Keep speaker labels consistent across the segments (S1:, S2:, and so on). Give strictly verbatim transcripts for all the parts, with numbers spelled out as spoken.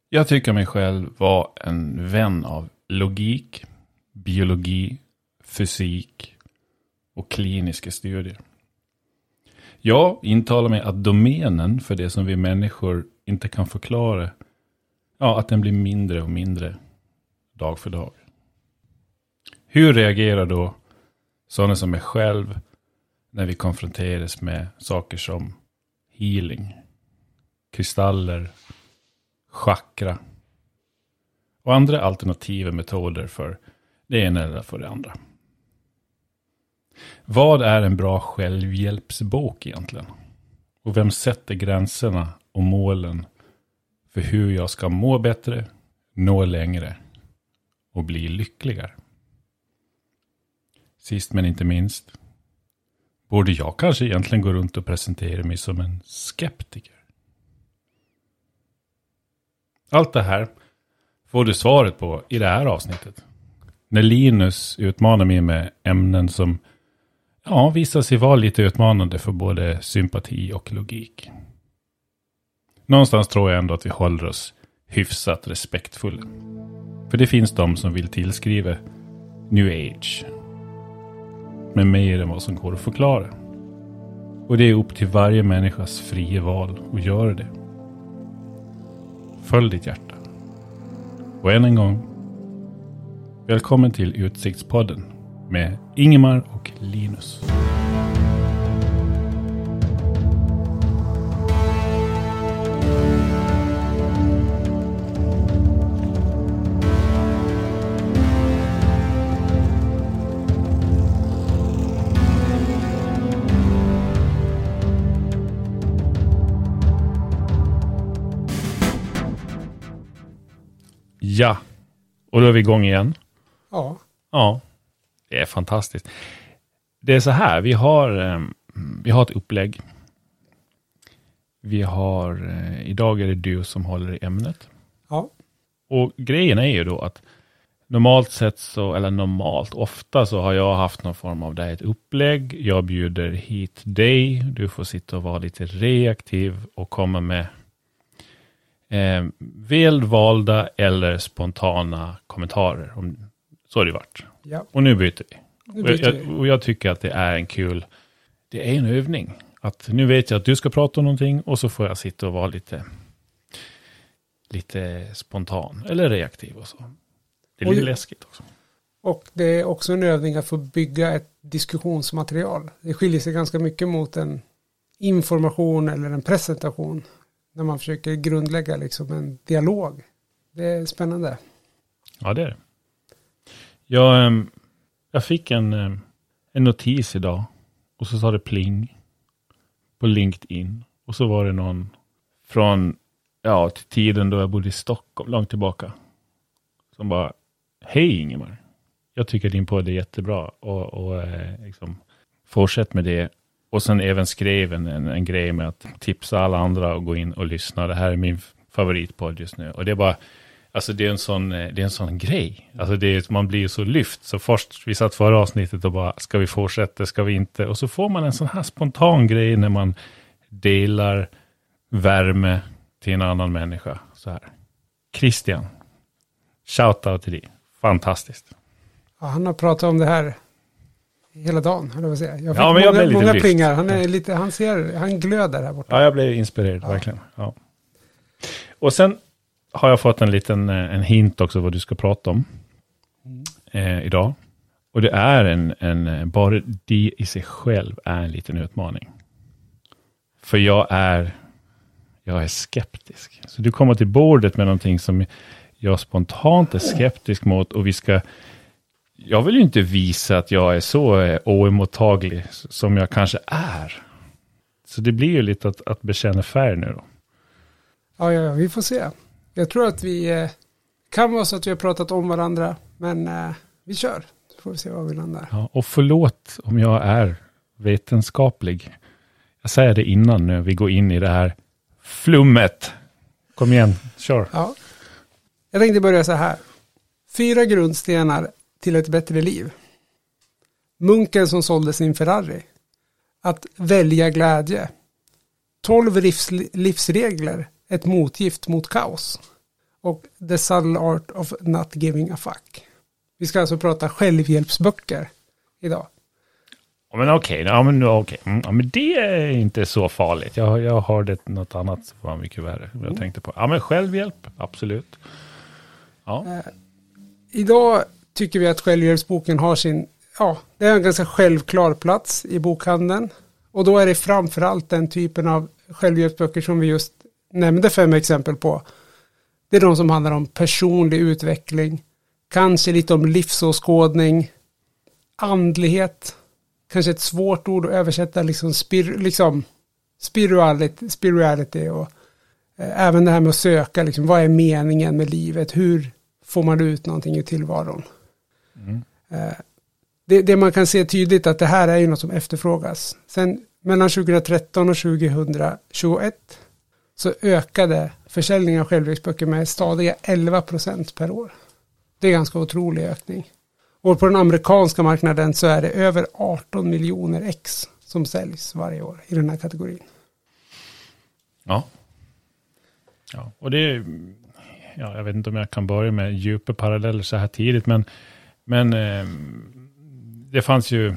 S1: Jag tycker mig själv vara en vän av logik, biologi, fysik och kliniska studier. Jag intalar mig att domänen för det som vi människor inte kan förklara, ja, att den blir mindre och mindre dag för dag. Hur reagerar då sådana som mig själv när vi konfronteras med saker som healing, kristaller, chakra och andra alternativa metoder för det ena eller för det andra? Vad är en bra självhjälpsbok egentligen? Och vem sätter gränserna och målen för hur jag ska må bättre, nå längre och bli lyckligare? Sist men inte minst, borde jag kanske egentligen gå runt och presentera mig som en skeptiker? Allt det här får du svaret på i det här avsnittet. När Linus utmanar mig med ämnen som ja, visar sig vara lite utmanande för både sympati och logik. Någonstans tror jag ändå att vi håller oss hyfsat respektfulla. För det finns de som vill tillskriva New Age med mer än vad som går att förklara. Och det är upp till varje människas fria val att göra det. Följ ditt hjärta. Och än en gång, välkommen till Utsiktspodden med Ingemar och Linus. Ja, och då är vi igång igen.
S2: Ja.
S1: Ja, det är fantastiskt. Det är så här, vi har, vi har ett upplägg. Vi har, idag är det du som håller i ämnet.
S2: Ja.
S1: Och grejen är ju då att normalt sett så, eller normalt, ofta så har jag haft någon form av det här ett upplägg. Jag bjuder hit dig, du får sitta och vara lite reaktiv och komma med Eh, välvalda eller spontana kommentarer. Om, så har det varit.
S2: Ja.
S1: Och nu byter vi.
S2: Nu
S1: och, jag,
S2: byter vi.
S1: och jag tycker att det är en kul, det är en övning. Att nu vet jag att du ska prata om någonting och så får jag sitta och vara lite lite spontan eller reaktiv och så. Det är lite
S2: och,
S1: läskigt också.
S2: Och det är också en övning att få bygga ett diskussionsmaterial. Det skiljer sig ganska mycket mot en information eller en presentation. När man försöker grundlägga liksom en dialog. Det är spännande.
S1: Ja, det är det. Jag, jag fick en, en notis idag. Och så sa det pling. På LinkedIn. Och så var det någon från ja, till tiden då jag bodde i Stockholm. Långt tillbaka. Som bara, hej Ingemar. Jag tycker din podd är jättebra. Och, och liksom, fortsätt med det. Och sen även skrev en, en, en grej med att tipsa alla andra och gå in och lyssna. Det här är min favoritpodd just nu. Och det är bara, alltså det är en sån, det är en sån grej. Alltså det är, man blir ju så lyft. Så först, vi satt förra avsnittet och bara, ska vi fortsätta, ska vi inte? Och så får man en sån här spontan grej när man delar värme till en annan människa. Så här. Christian, shout out till dig. Fantastiskt.
S2: Ja, han har pratat om det här hela dagen, eller vad säger jag? Jag fick
S1: ja, men jag
S2: många,
S1: blev lite
S2: många
S1: lyft.
S2: plingar. Han är lite, han ser, han glöder här borta.
S1: Ja, jag blev inspirerad, ja. Verkligen. Ja. Och sen har jag fått en liten en hint också vad du ska prata om mm. eh, idag. Och det är en, en, bara det i sig själv är en liten utmaning. För jag är, jag är skeptisk. Så du kommer till bordet med någonting som jag spontant är skeptisk mot och vi ska... Jag vill ju inte visa att jag är så eh, oemottaglig som jag kanske är. Så det blir ju lite att, att bekänna färg nu då.
S2: Ja, ja, vi får se. Jag tror att vi eh, kan vara så att vi har pratat om varandra, men eh, vi kör. Så får vi se vad vi landar.
S1: Ja, och förlåt om jag är vetenskaplig. Jag säger det innan nu vi går in i det här flummet. Kom igen, kör.
S2: Ja. Jag tänkte börja så här. Fyra grundstenar till ett bättre liv. Munken som sålde sin Ferrari. Att välja glädje. Tolv livs, livsregler. Ett motgift mot kaos. och The Subtle Art of Not Giving a Fuck. Vi ska alltså prata självhjälpsböcker idag.
S1: Ja, men okej, okay. ja, men, okay. mm, ja, men det är inte så farligt. Jag, jag har det något annat som var mycket värre. Jag mm. tänkte på. Ja, men självhjälp, absolut. Ja.
S2: Eh, idag tycker vi att självhjälpsboken har sin, ja, det är en ganska självklar plats i bokhandeln. Och då är det framförallt den typen av självhjälpsböcker som vi just nämnde fem exempel på. Det är de som handlar om personlig utveckling, kanske lite om livsåskådning, andlighet, kanske ett svårt ord att översätta, liksom, spir, liksom spirituality, spirituality och eh, även det här med att söka, liksom, vad är meningen med livet, hur får man ut någonting i tillvaron. Mm. Eh, det, det man kan se tydligt att det här är ju något som efterfrågas. Sen mellan tjugohundratretton och tjugohundratjugoett så ökade försäljningen av självhjälpsböcker med stadiga elva procent per år. Det är ganska otrolig ökning. Och på den amerikanska marknaden så är det över arton miljoner ex som säljs varje år i den här kategorin.
S1: Ja. Ja, och det är, ja, jag vet inte om jag kan börja med djupa paralleller så här tidigt, men, men eh, det fanns ju,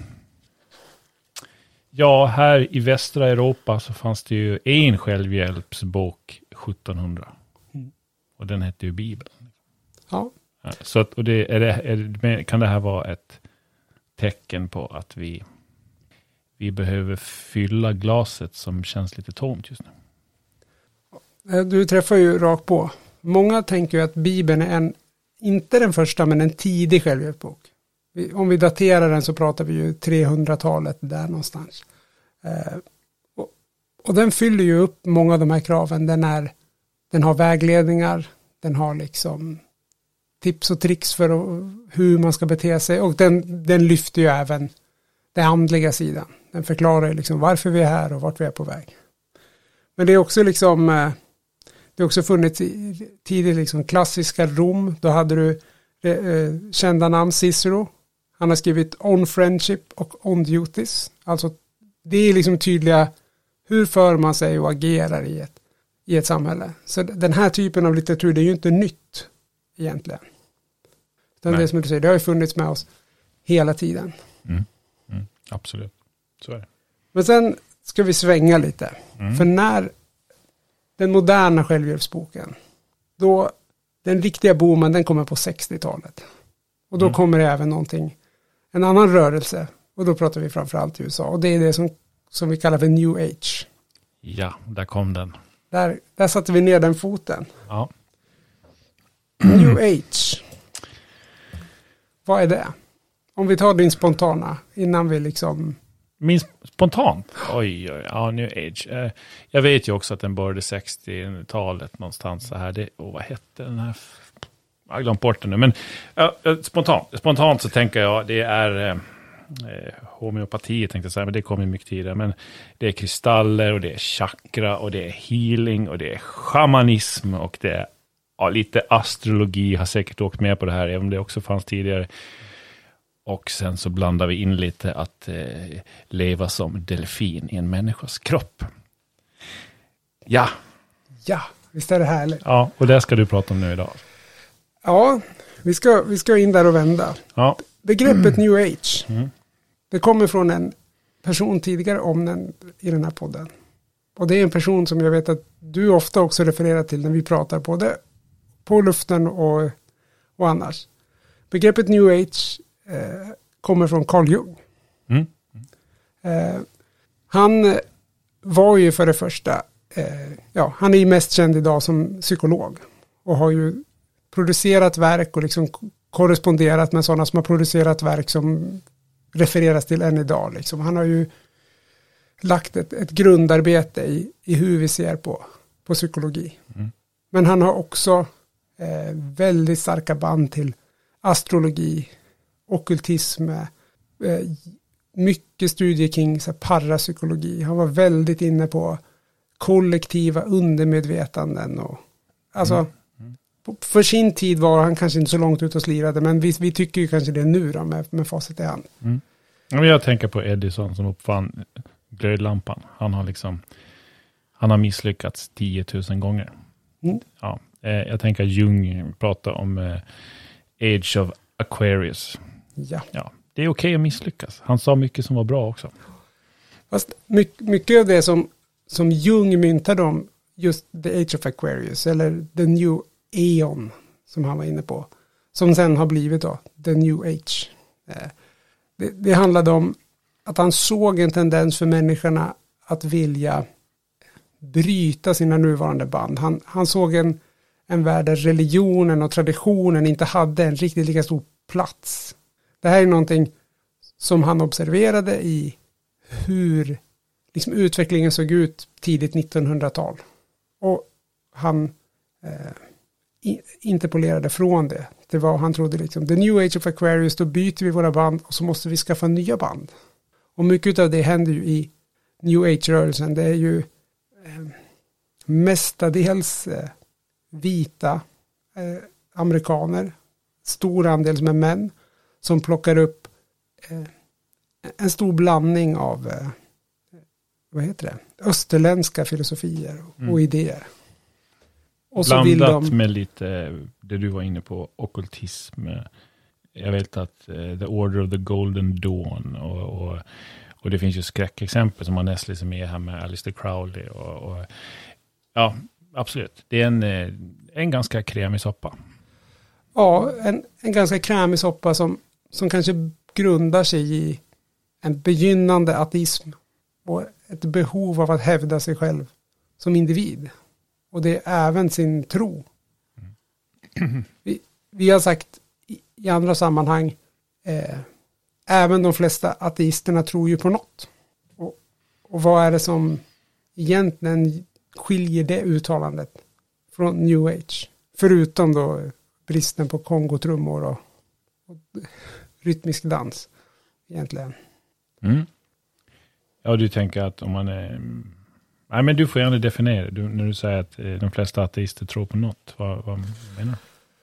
S1: ja, här i västra Europa så fanns det ju en självhjälpsbok sjuttonhundra. Mm. Och den hette ju Bibeln.
S2: Ja.
S1: Så att, och det, är det, är det, kan det här vara ett tecken på att vi, vi behöver fylla glaset som känns lite tomt just nu?
S2: Du träffar ju rakt på. Många tänker ju att Bibeln är en, inte den första men en tidig självhjälpsbok. Om vi daterar den så pratar vi ju trehundratalet där någonstans. Eh, och, och den fyller ju upp många av de här kraven. Den, är, den har vägledningar, den har liksom tips och tricks för hur man ska bete sig. Och den, den lyfter ju även den andliga sidan. Den förklarar ju liksom varför vi är här och vart vi är på väg. Men det är också liksom, det har också funnits tidigt liksom klassiska Rom. Då hade du det, eh, kända namn Cicero. Han har skrivit On Friendship och On Duties. Alltså det är liksom tydliga hur för man sig och agerar i ett, i ett samhälle. Så den här typen av litteratur, det är ju inte nytt egentligen. Utan det som du säger, det har ju funnits med oss hela tiden.
S1: Mm. Mm. Absolut, så är det.
S2: Men sen ska vi svänga lite. Mm. För när den moderna självhjälpsboken, då den riktiga boomen, den kommer på sextiotalet. Och då mm. kommer det även någonting, en annan rörelse. Och då pratar vi framförallt i U S A. Och det är det som, som vi kallar för New Age.
S1: Ja, där kom den.
S2: Där, där satte vi ner den foten.
S1: Ja.
S2: New Age. Vad är det? Om vi tar din spontana innan vi liksom...
S1: Min spontan? Oj, oj, ja, New Age. Eh, jag vet ju också att den började sextiotalet någonstans så här. Det, oh, vad hette den här? Jag har glömt bort den nu. Men eh, spontant, spontant så tänker jag det är eh, homeopati tänkte jag säga, men det kommer mycket tidigare. Men det är kristaller och det är chakra och det är healing och det är shamanism och det är ja, lite astrologi. Har säkert åkt med på det här, även om det också fanns tidigare. Och sen så blandar vi in lite att eh, leva som delfin i en människas kropp. Ja.
S2: Ja, visst är det härligt.
S1: Ja, och det ska du prata om nu idag.
S2: Ja, vi ska, vi ska in där och vända.
S1: Ja.
S2: Begreppet New Age,
S1: mm.
S2: det kommer från en person tidigare omnämnd i den här podden. Och det är en person som jag vet att du ofta också refererar till när vi pratar på det. På luften och, och annars. Begreppet New Age eh, kommer från Carl Jung.
S1: Mm.
S2: Eh, han var ju för det första, eh, ja, han är ju mest känd idag som psykolog. Och har ju producerat verk och liksom korresponderat med sådana som har producerat verk som refereras till än idag. Liksom. Han har ju lagt ett, ett grundarbete i, i hur vi ser på, på psykologi.
S1: Mm.
S2: Men han har också eh, väldigt starka band till astrologi, ockultism, eh, mycket studier kring så här, parapsykologi. Han var väldigt inne på kollektiva undermedvetanden. Och, alltså, mm. Mm. För sin tid var han kanske inte så långt ut och slirade, men vi, vi tycker ju kanske det nu då, med, med facit i hand.
S1: Mm. Jag tänker på Edison som uppfann glödlampan. Han har liksom han har misslyckats tiotusen gånger.
S2: Mm.
S1: Ja, Eh, jag tänker att Jung pratar om eh, Age of Aquarius.
S2: Ja.
S1: Ja, det är okej att misslyckas. Han sa mycket som var bra också.
S2: Fast mycket, mycket av det som, som Jung myntade om, just The Age of Aquarius, eller The New Aeon, som han var inne på, som sen har blivit då The New Age. Eh, det, det handlade om att han såg en tendens för människorna att vilja bryta sina nuvarande band. Han, han såg en, en värld där religionen och traditionen inte hade en riktigt lika stor plats. Det här är någonting som han observerade i hur liksom utvecklingen såg ut tidigt nittonhundratal. Och han eh, interpolerade från det. Det var, han trodde liksom, the new age of Aquarius, då byter vi våra band och så måste vi skaffa nya band. Och mycket av det händer ju i New Age-rörelsen. Det är ju eh, mestadels eh, vita eh, amerikaner, stor andel som är män, som plockar upp eh, en stor blandning av eh, vad heter det? Österländska filosofier och, mm. och idéer. Och så
S1: blandat
S2: vill de,
S1: med lite det du var inne på, ockultism. Jag vet att uh, The Order of the Golden Dawn och, och, och det finns ju skräckexempel som har nästan liksom med här med Aleister Crowley och, och ja, absolut. Det är en, en ganska krämig soppa.
S2: Ja, en, en ganska krämig soppa som, som kanske grundar sig i en begynnande ateism och ett behov av att hävda sig själv som individ. Och det är även sin tro. Mm. Vi, vi har sagt i, i andra sammanhang, eh, även de flesta ateisterna tror ju på något. Och, och vad är det som egentligen skiljer det uttalandet från New Age? Förutom då bristen på kongotrummor och, och rytmisk dans egentligen.
S1: Mm. Ja, du tänker att om man är... Nej, men du får gärna definiera du, när du säger att de flesta ateister tror på något. Vad, vad menar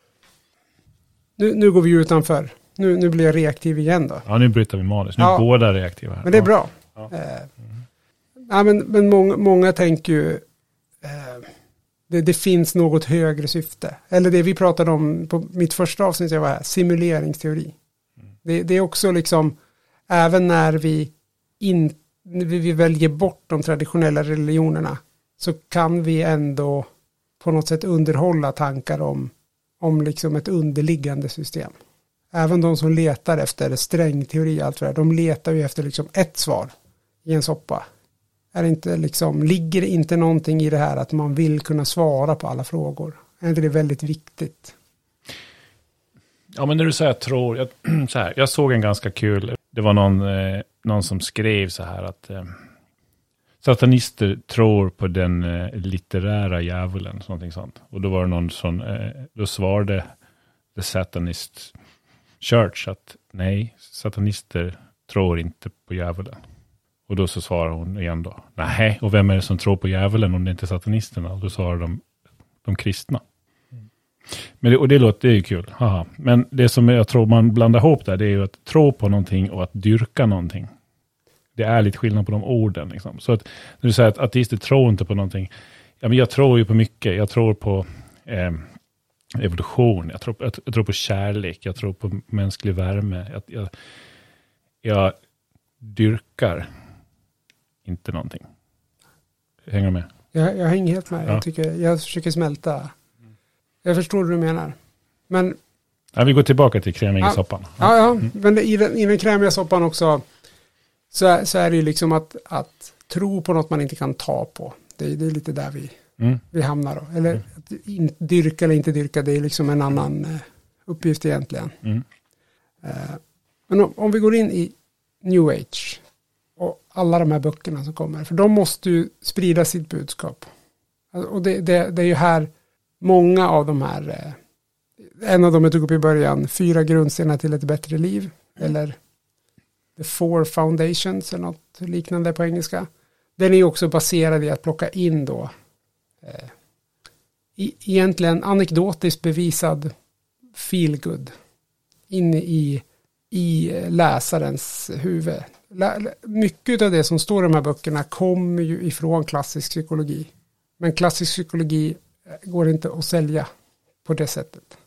S1: du?
S2: Nu, nu går vi utanför. Nu, nu blir jag reaktiv igen då.
S1: Ja, nu bryter vi manus. Nu
S2: ja,
S1: är båda reaktiva här.
S2: Men det är bra.
S1: Ja.
S2: Eh, mm. ja, men men många, många tänker ju eh, det, det finns något högre syfte. Eller det vi pratade om på mitt första avsnitt jag var här, simuleringsteori. Mm. Det, det är också liksom, även när vi inte vi väljer bort de traditionella religionerna så kan vi ändå på något sätt underhålla tankar om, om liksom ett underliggande system. Även de som letar efter strängteori och allt det där, de letar ju efter liksom ett svar i en soppa. Är det inte liksom, ligger det inte någonting i det här att man vill kunna svara på alla frågor? Är inte det väldigt viktigt?
S1: Ja, men när du säger tror, jag, så här, jag såg en ganska kul, det var någon, eh, någon som skrev så här att eh, satanister tror på den eh, litterära djävulen, någonting sånt. Och då var det någon som, eh, då svarade The Satanist Church att nej, satanister tror inte på djävulen. Och då så svarar hon igen då, nej, och vem är det som tror på djävulen om det inte är satanisterna? Och då svarar de, de kristna. Men det, och det låter det är ju kul. Haha. Men det som jag tror man blandar ihop där, det är ju att tro på någonting och att dyrka någonting. Det är lite skillnad på de orden. Liksom. Så att när du säger att ateister tror inte på någonting. Ja, men jag tror ju på mycket. Jag tror på eh, evolution. Jag tror, jag, jag tror på kärlek. Jag tror på mänsklig värme. Jag, jag, jag dyrkar inte någonting. Hänger du med?
S2: Jag, jag hänger helt med.
S1: Ja.
S2: Jag, tycker, jag försöker smälta. Jag förstår hur du menar. Men
S1: ja, vi går tillbaka till krämiga
S2: ja,
S1: soppan.
S2: Ja, ja mm. men i den, i den krämiga soppan också så är, så är det ju liksom att, att tro på något man inte kan ta på. Det, det är lite där vi, mm. vi hamnar då. Eller mm. att in, dyrka eller inte dyrka, det är liksom en annan uh, uppgift egentligen. Mm. Uh, men om, om vi går in i New Age och alla de här böckerna som kommer, för de måste ju sprida sitt budskap. Och det, det, det är ju här många av de här, eh, en av dem jag tog upp i början, fyra grundstenar till ett bättre liv, mm. eller The Four Foundations eller något liknande på engelska. Den är ju också baserad i att plocka in då eh, i, egentligen anekdotiskt bevisad feel good in i, i läsarens huvud. Lä, mycket av det som står i de här böckerna kommer ju ifrån klassisk psykologi. Men klassisk psykologi går det inte att sälja på det sättet.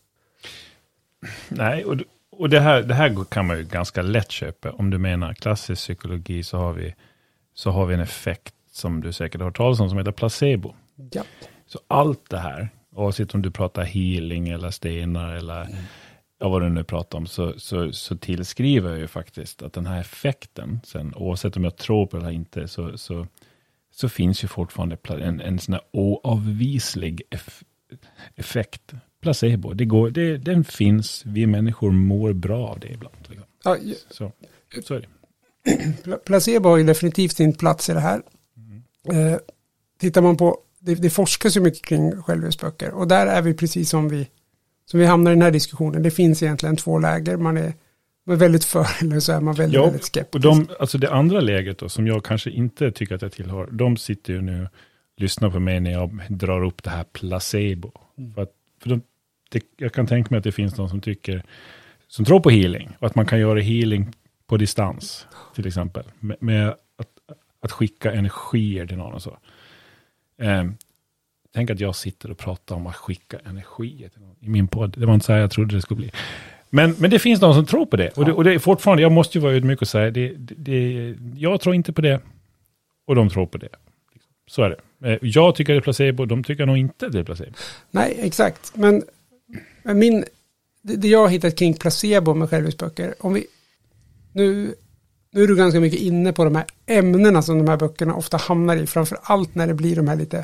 S1: Nej, och, och det, här, det här kan man ju ganska lätt köpa. Om du menar klassisk psykologi så har vi, så har vi en effekt som du säkert har hört talas om som heter placebo.
S2: Ja.
S1: Så allt det här, oavsett om du pratar healing eller stenar eller mm. ja, vad du nu pratar om, så, så, så tillskriver jag ju faktiskt att den här effekten, sen, oavsett om jag tror på det eller inte, så, så, så finns ju fortfarande en, en sån här oavvislig eff, effekt. Placebo, det går, det, den finns, vi människor mår bra av det ibland. Liksom.
S2: Ja,
S1: så, så är
S2: det. Placebo har ju definitivt sin plats i det här. Mm. Eh, tittar man på, det, det forskas ju mycket kring självhjälpsböcker och där är vi precis som vi som vi hamnar i den här diskussionen. Det finns egentligen två läger, man är, man är väldigt för eller så är man väldigt,
S1: ja,
S2: väldigt skeptisk.
S1: Och de, alltså det andra läget då, som jag kanske inte tycker att jag tillhör, de sitter ju nu och lyssnar på mig när jag drar upp det här placebo. Mm. För att, för de, det, jag kan tänka mig att det finns någon som tycker, som tror på healing och att man kan göra healing på distans till exempel. Med, med att, att skicka energier till någon och så. Eh, tänk att jag sitter och pratar om att skicka energier till någon i min podd. Det var inte så här jag trodde det skulle bli. Men, men det finns någon som tror på det. Och det, och det är fortfarande, jag måste ju vara ödmjuk och säga, det, det, det, jag tror inte på det och de tror på det. Så är det. Jag tycker det är placebo, de tycker nog inte det är placebo.
S2: Nej, exakt. Men, men min, det, det jag har hittat kring placebo med självhjälpsböcker, om vi, nu, nu är du ganska mycket inne på de här ämnena som de här böckerna ofta hamnar i, framför allt när det blir de här lite,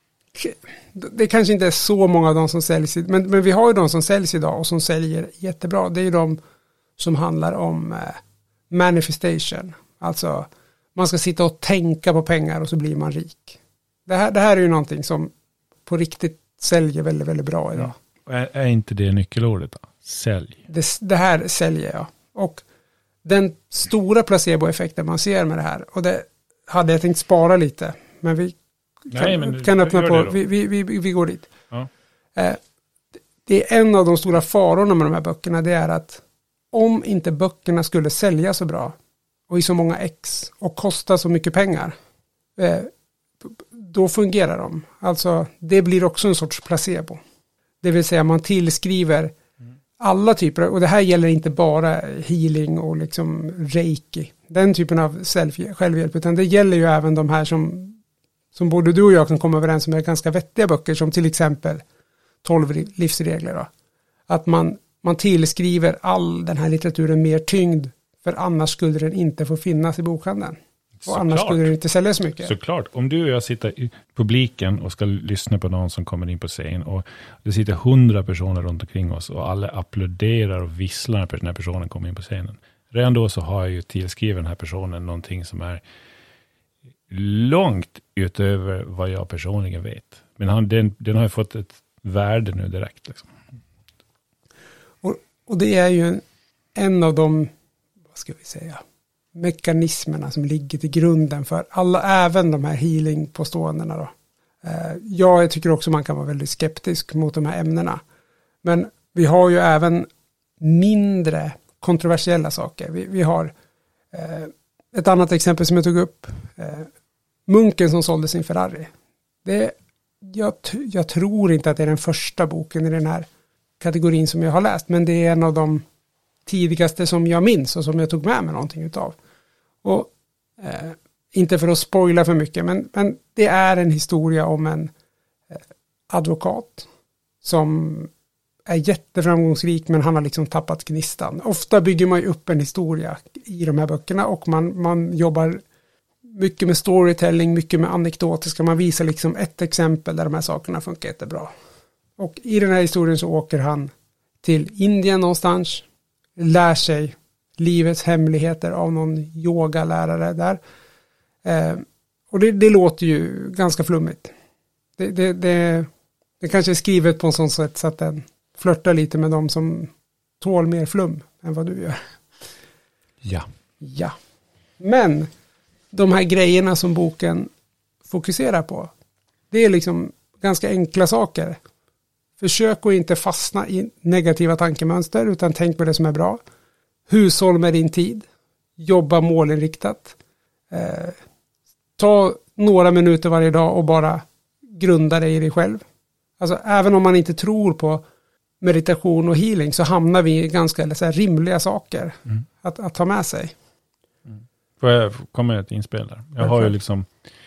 S2: det kanske inte är så många av dem som säljs, men, men vi har ju de som säljs idag och som säljer jättebra. Det är ju de som handlar om eh, manifestation, alltså man ska sitta och tänka på pengar och så blir man rik. Det här, det här är ju någonting som på riktigt säljer väldigt, väldigt bra idag.
S1: Mm. Är, är inte det nyckelordet då? Sälj.
S2: Det, det här säljer jag. Och den stora placeboeffekten man ser med det här, och det hade jag tänkt spara lite, men vi kan, Nej, men kan öppna på, vi, vi, vi, vi går dit.
S1: Ja.
S2: Eh, det är en av de stora farorna med de här böckerna, det är att om inte böckerna skulle sälja så bra och i så många ex och kosta så mycket pengar, eh, då fungerar de. Alltså det blir också en sorts placebo. Det vill säga man tillskriver mm. alla typer, och det här gäller inte bara healing och liksom reiki, den typen av självhjälp, utan det gäller ju även de här som, som både du och jag kan komma överens om är ganska vettiga böcker, som till exempel tolv livsregler. Då. Att man, man tillskriver all den här litteraturen mer tyngd, för annars skulle den inte få finnas i bokhandeln. Och så annars klart. Skulle den inte sälja så mycket.
S1: Såklart. Om du och jag sitter i publiken och ska lyssna på någon som kommer in på scen och det sitter hundra personer runt omkring oss och alla applåderar och visslar när den här personen kommer in på scenen. Redan då så har jag ju tillskriven den här personen någonting som är långt utöver vad jag personligen vet. Men han, den, den har ju fått ett värde nu direkt. Liksom.
S2: Och, och det är ju en, en av de, vad ska vi säga, mekanismerna som ligger till grunden för alla, även de här healing-påståendena då. Eh, jag tycker också man kan vara väldigt skeptisk mot de här ämnena. Men vi har ju även mindre kontroversiella saker. Vi, vi har eh, ett annat exempel som jag tog upp. Eh, munken som sålde sin Ferrari. Det, jag, jag tror inte att det är den första boken i den här kategorin som jag har läst, men det är en av de tidigaste som jag minns och som jag tog med mig någonting utav. Och eh, inte för att spoila för mycket, men, men det är en historia om en eh, advokat som är jätteframgångsrik, men han har liksom tappat gnistan. Ofta bygger man ju upp en historia i de här böckerna och man, man jobbar mycket med storytelling, mycket med anekdotiska. Man visar liksom ett exempel där de här sakerna funkar jättebra. Och i den här historien så åker han till Indien någonstans, lär sig livets hemligheter av någon yogalärare där. Eh, och det, det låter ju ganska flummigt. Det, det, det, det kanske är skrivet på en sån sätt så att den flörtar lite med de som tål mer flum än vad du gör.
S1: Ja.
S2: Ja. Men de här grejerna som boken fokuserar på, det är liksom ganska enkla saker. Försök att inte fastna i negativa tankemönster, utan tänk på det som är bra. Hushåll med din tid. Jobba målinriktat. Eh, ta några minuter varje dag och bara grunda dig i dig själv. Alltså även om man inte tror på meditation och healing så hamnar vi i ganska eller så här, rimliga saker mm. att, att ta med sig.
S1: Mm. Får jag komma ett inspel där? Jag har ju liksom,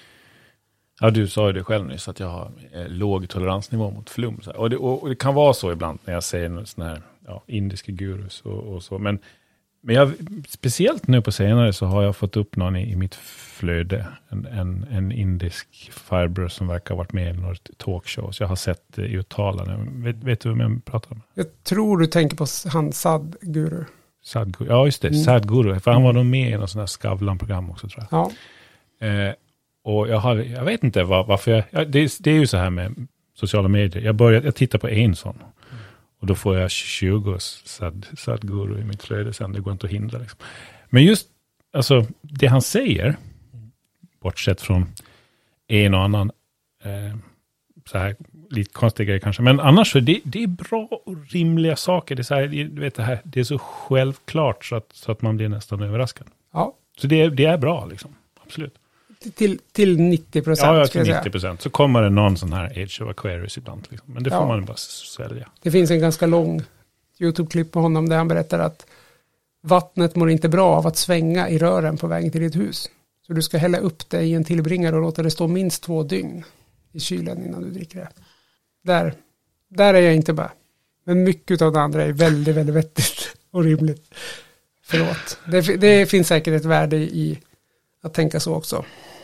S1: ja du sa ju det själv nyss att jag har eh, låg toleransnivå mot flum. Så här. Och, det, och, och det kan vara så ibland när jag säger sådana här ja, indiska gurus och, och så. Men, men jag, speciellt nu på senare så har jag fått upp någon i, i mitt flöde. En, en, en indisk farbror som verkar ha varit med i något talkshow. Så jag har sett det i uttalanden. Vet, vet du vem jag pratar om?
S2: Jag tror du tänker på han Sadhguru.
S1: Sadhguru, ja just det. Mm. Sadhguru. För han var nog med i någon sån här Skavlan-program också tror jag. Ja. Eh, och jag, har, jag vet inte var, varför jag... Ja, det, det är ju så här med sociala medier. Jag, börjar, jag tittar på en sån. Och då får jag tjugo sad, Sadhguru i mitt flöde sen. Det går inte att hindra. Liksom. Men just alltså, det han säger, bortsett från en och annan eh, så här, lite konstiga grejer kanske. Men annars så det, det är bra och rimliga saker. Det är, så här, du vet det, här, det är så självklart så att, så att man blir nästan överraskad. Ja. Så det, det är bra liksom. Absolut.
S2: Till, till nittio procent.
S1: Ja, ja till nittio procent. Så kommer det någon sån här Age of Aquarius ibland. Liksom. Men det får ja. man bara svälja.
S2: Det finns en ganska lång YouTube-klipp på honom där han berättar att vattnet mår inte bra av att svänga i rören på vägen till ditt hus. Så du ska hälla upp det i en tillbringare och låta det stå minst två dygn i kylen innan du dricker det. Där, där är jag inte med. Men mycket av det andra är väldigt, väldigt vettigt och rimligt. Förlåt. Det, det finns säkert ett värde i att tänka så också.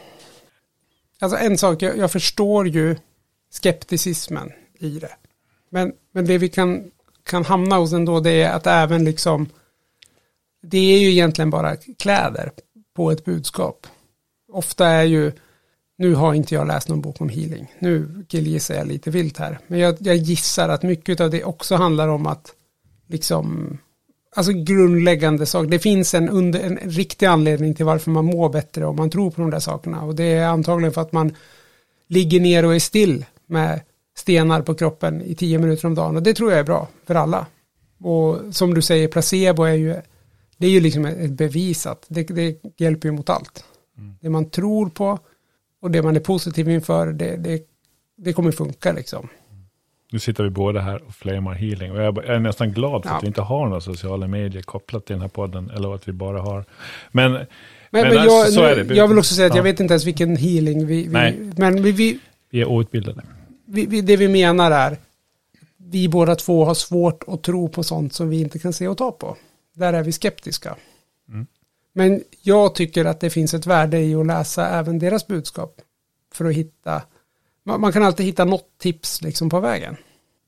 S2: Alltså en sak, jag, jag förstår ju skepticismen i det. Men, men det vi kan, kan hamna hos ändå det är att även liksom det är ju egentligen bara kläder på ett budskap. Ofta är ju, nu har inte jag läst någon bok om healing. Nu killgissar jag lite vilt här. Men jag, jag gissar att mycket av det också handlar om att liksom, alltså grundläggande saker. Det finns en, under, en riktig anledning till varför man mår bättre om man tror på de där sakerna. Och det är antagligen för att man ligger ner och är still med stenar på kroppen i tio minuter om dagen. Och det tror jag är bra för alla. Och som du säger, placebo är ju, det är ju liksom ett bevis att det, det hjälper ju mot allt. Mm. Det man tror på och det man är positiv inför, det, det, det kommer funka liksom.
S1: Nu sitter vi båda här och flamar healing. Och jag är nästan glad för ja. att vi inte har några sociala medier kopplat till den här podden. Eller att vi bara har. Men, men,
S2: men, men jag, så är det. Jag vill också säga att ja. jag vet inte ens vilken healing vi... vi men vi, vi,
S1: vi är outbildade.
S2: Vi, vi, det vi menar är vi båda två har svårt att tro på sånt som vi inte kan se och ta på. Där är vi skeptiska. Mm. Men jag tycker att det finns ett värde i att läsa även deras budskap. För att hitta... Man kan alltid hitta något tips liksom på vägen.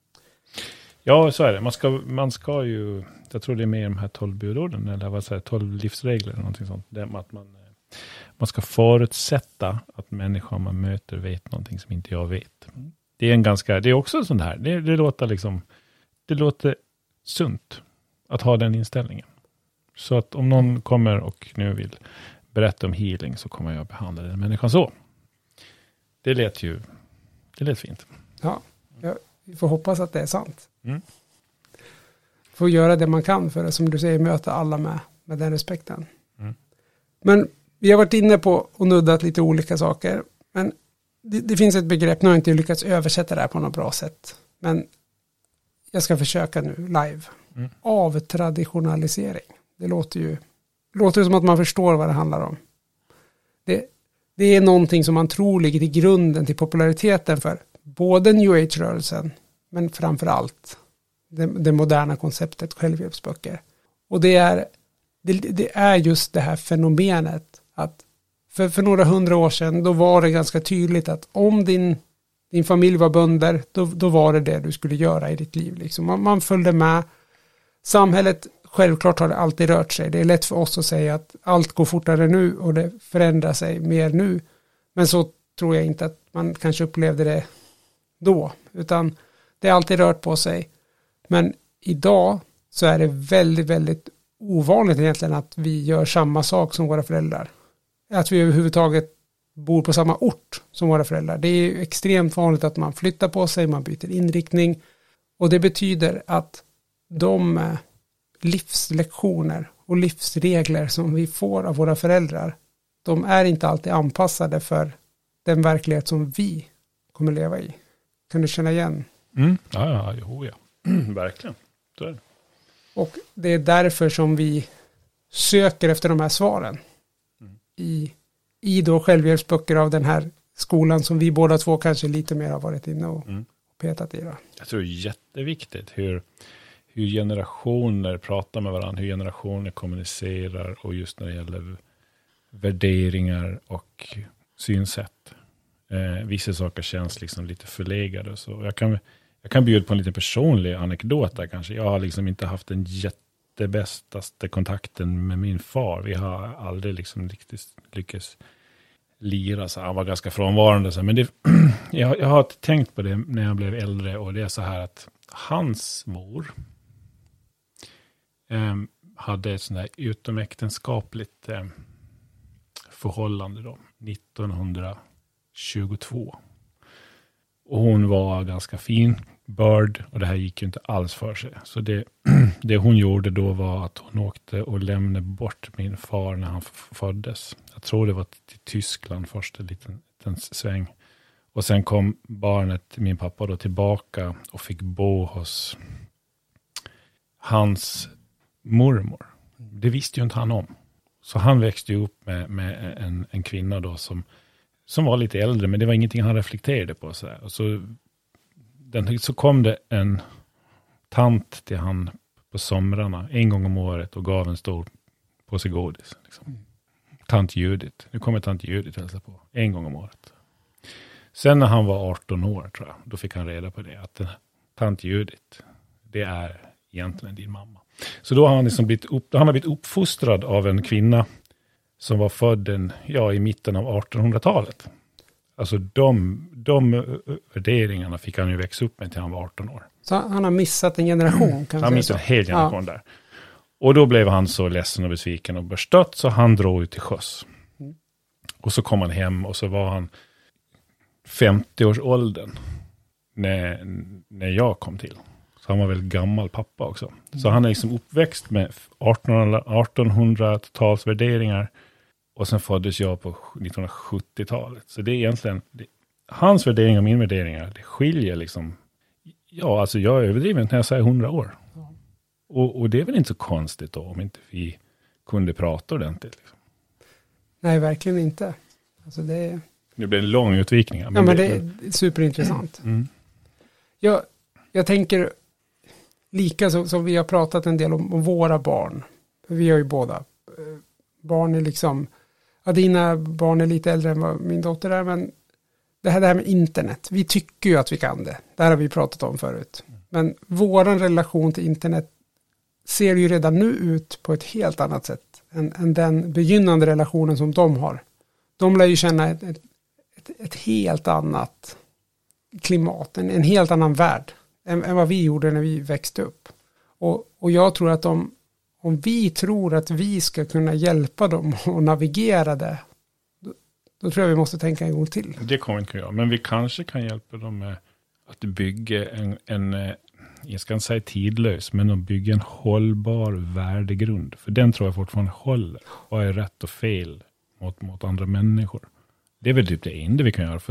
S1: Ja, så är det. Man ska, man ska ju, jag tror det är med i de här tolv budorden, eller vad säger tolv livsregler eller någonting sånt. Det är att man, man ska förutsätta att människan man möter vet någonting som inte jag vet. Det är en ganska, det är också sånt här. Det, det låter liksom, det låter sunt att ha den inställningen. Så att om någon kommer och nu vill berätta om healing så kommer jag behandla den människan så. Det lät ju Det lät fint.
S2: Ja, jag, vi får hoppas att det är sant.
S1: Mm.
S2: Får göra det man kan för att, som du säger, möta alla med, med den respekten.
S1: Mm.
S2: Men vi har varit inne på och nuddat lite olika saker. Men det, det finns ett begrepp, nu har jag inte lyckats översätta det här på något bra sätt. Men jag ska försöka nu live. Mm. Avtraditionalisering. Det låter ju låter som att man förstår vad det handlar om. Det Det är någonting som man tror ligger till grunden till populariteten för både New Age-rörelsen men framförallt det, det moderna konceptet självhjälpsböcker. Och det är, det, det är just det här fenomenet att för, för några hundra år sedan då var det ganska tydligt att om din, din familj var bönder då, då var det det du skulle göra i ditt liv. Liksom. Man, man följde med. Samhället självklart har det alltid rört sig. Det är lätt för oss att säga att allt går fortare nu och det förändrar sig mer nu. Men så tror jag inte att man kanske upplevde det då. Utan det har alltid rört på sig. Men idag så är det väldigt, väldigt ovanligt egentligen att vi gör samma sak som våra föräldrar. Att vi överhuvudtaget bor på samma ort som våra föräldrar. Det är extremt vanligt att man flyttar på sig, man byter inriktning. Och det betyder att de livslektioner och livsregler som vi får av våra föräldrar, de är inte alltid anpassade för den verklighet som vi kommer leva i. Kan du känna igen?
S1: Mm. Ja, ja, jo, ja. Verkligen. Så är det.
S2: Och det är därför som vi söker efter de här svaren. Mm. I, I då självhjälpsböcker av den här skolan som vi båda två kanske lite mer har varit inne och mm. petat i. Då.
S1: Jag tror det är jätteviktigt hur, hur generationer pratar med varandra, hur generationer kommunicerar och just när det gäller värderingar och synsätt. Eh, vissa saker känns liksom lite förlegade. Så jag kan, jag kan bjuda på en liten personlig anekdot där kanske. Jag har liksom inte haft den jättebästaste kontakten med min far. Vi har aldrig liksom riktigt lyckats lira. Så han var ganska frånvarande. Så. Men det, jag, jag har tänkt på det när jag blev äldre. Och det är så här att hans mor eh, hade ett sånt här utomäktenskapligt eh, förhållande då. nittonhundratjugotvå. Och hon var ganska fin börd. Och det här gick ju inte alls för sig. Så det, det hon gjorde då var att hon åkte och lämnade bort min far när han f- föddes. Jag tror det var till Tyskland först en liten, liten sväng. Och sen kom barnet, min pappa då, tillbaka och fick bo hos hans mormor. Det visste ju inte han om. Så han växte ju upp med, med en, en kvinna då som, som var lite äldre, men det var ingenting han reflekterade på. Så, och så, den, så kom det en tant till han på somrarna en gång om året och gav en stor påse godis. Liksom. Tant Judith. Nu kommer tant Judith hälsa på en gång om året. Sen när han var arton år tror jag, då fick han reda på det. Att tant Judith, det är egentligen din mamma. Så då har han, liksom blivit, upp, han har blivit uppfostrad av en kvinna som var född en, ja, i mitten av artonhundratalet. Alltså de, de värderingarna fick han ju växa upp med till han var arton år.
S2: Så han har missat en generation? Kan
S1: han har missat en hel generation ja. Där. Och då blev han så ledsen och besviken och bestött så han drog ut till sjöss. Mm. Och så kom han hem och så var han femtio-årsåldern när, när jag kom till. Så han var väl gammal pappa också. Mm. Så han är liksom uppväxt med artonhundratals värderingar. Och sen föddes jag på nittonhundrasjuttiotalet. Så det är egentligen, det, hans värderingar och min värderingar, det skiljer liksom. Ja, alltså jag är överdriven när jag säger hundra år. Mm. Och, och det är väl inte så konstigt då om inte vi kunde prata ordentligt. Liksom.
S2: Nej, verkligen inte. Alltså det är...
S1: Det blir en lång utvikning.
S2: Men ja, men det, det är superintressant. Mm. Jag, jag tänker lika så, som vi har pratat en del om, om våra barn. Vi har ju båda. Barn är liksom, ja, dina barn är lite äldre än vad min dotter är, men det här, det här med internet, vi tycker ju att vi kan det. Det här har vi pratat om förut. Men våran relation till internet ser ju redan nu ut på ett helt annat sätt än, än den begynnande relationen som de har. De lär ju känna ett, ett, ett, ett helt annat klimat, en, en helt annan värld än, än vad vi gjorde när vi växte upp. Och, och jag tror att de, om vi tror att vi ska kunna hjälpa dem att navigera det, då, då tror jag vi måste tänka en gång till.
S1: Det kommer inte jag, men vi kanske kan hjälpa dem med att bygga en, en jag ska inte säga tidlös, men att bygga en hållbar värdegrund. För den tror jag fortfarande håller. Vad är rätt och fel mot, mot andra människor? Det är väl typ det enda vi kan göra för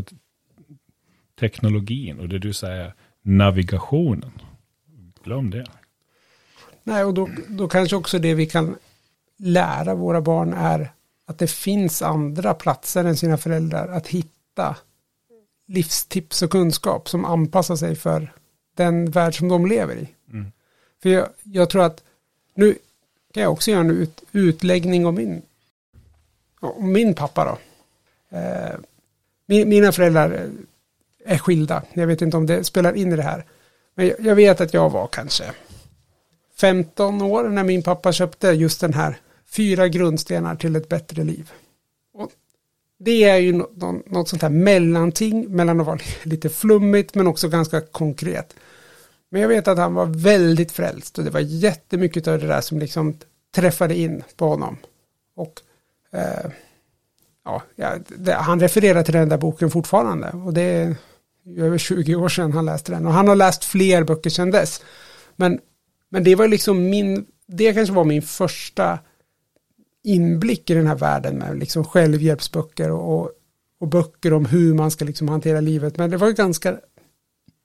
S1: teknologin och det du säger, navigationen. Glöm det.
S2: Nej, och då, då kanske också det vi kan lära våra barn är att det finns andra platser än sina föräldrar att hitta livstips och kunskap som anpassar sig för den värld som de lever i. Mm. För jag, jag tror att nu kan jag också göra en ut, utläggning om min om min pappa då. Eh, min, mina föräldrar är skilda. Jag vet inte om det spelar in i det här. Men jag, jag vet att jag var kanske femton år när min pappa köpte just den här fyra grundstenar till ett bättre liv. Och det är ju något, något sånt här mellanting mellan att vara lite flummigt men också ganska konkret. Men jag vet att han var väldigt frälst och det var jättemycket av det där som liksom träffade in på honom. Och eh, ja, det, han refererar till den där boken fortfarande och det är över tjugo år sedan han läste den och han har läst fler böcker sedan dess. Men, men det var liksom min, det kanske var min första inblick i den här världen med liksom självhjälpsböcker och, och böcker om hur man ska liksom hantera livet. Men det var ju ganska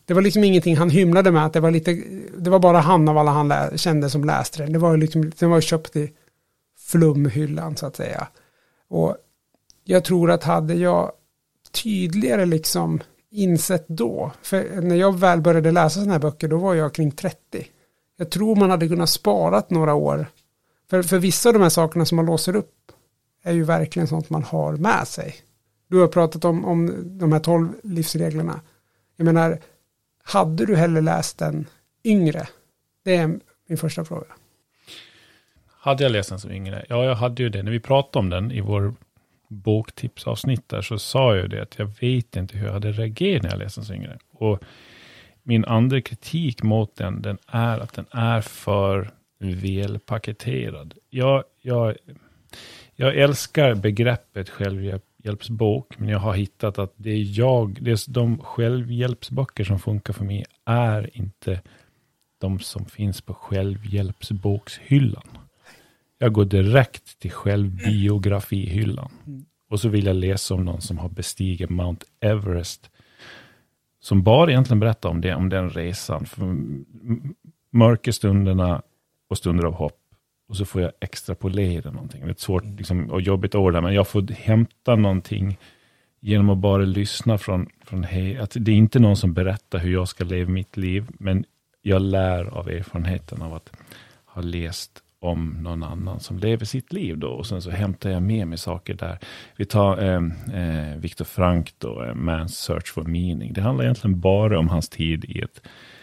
S2: det var liksom ingenting han hymlade med, att det var lite, det var bara han av alla han lä, kände som läste den. Det var liksom, den var köpt i flumhyllan så att säga. Och jag tror att hade jag tydligare liksom insett då, för när jag väl började läsa sådana här böcker, då var jag kring trettio. Jag tror man hade kunnat sparat några år. För, för vissa av de här sakerna som man låser upp är ju verkligen sånt man har med sig. Du har pratat om, om de här tolv livsreglerna. Jag menar, hade du hellre läst den yngre? Det är min första fråga.
S1: Hade jag läst den som yngre? Ja, jag hade ju det. När vi pratade om den i vår boktipsavsnitt där, så sa jag det att jag vet inte hur jag hade reagerat när jag läste den som yngre. Och min andra kritik mot den, den är att den är för välpaketerad. Jag, jag, jag älskar begreppet självhjälpsbok, men jag har hittat att det är jag, det är de självhjälpsböcker som funkar för mig är inte de som finns på självhjälpsbokshyllan. Jag går direkt till självbiografihyllan. Och så vill jag läsa om någon som har bestigit Mount Everest. Som bara egentligen berättar om det, om den resan. För mörkerstunderna och stunder av hopp. Och så får jag extrapolera någonting. Det är ett svårt liksom, och jobbigt ord där, men jag får hämta någonting genom att bara lyssna från, från hej. Att det är inte någon som berättar hur jag ska leva mitt liv, men jag lär av erfarenheten av att ha läst om någon annan som lever sitt liv då. Och sen så hämtar jag med mig saker där. Vi tar eh, eh, Viktor Frank då, eh, Man's Search for Meaning. Det handlar egentligen bara om hans tid i ett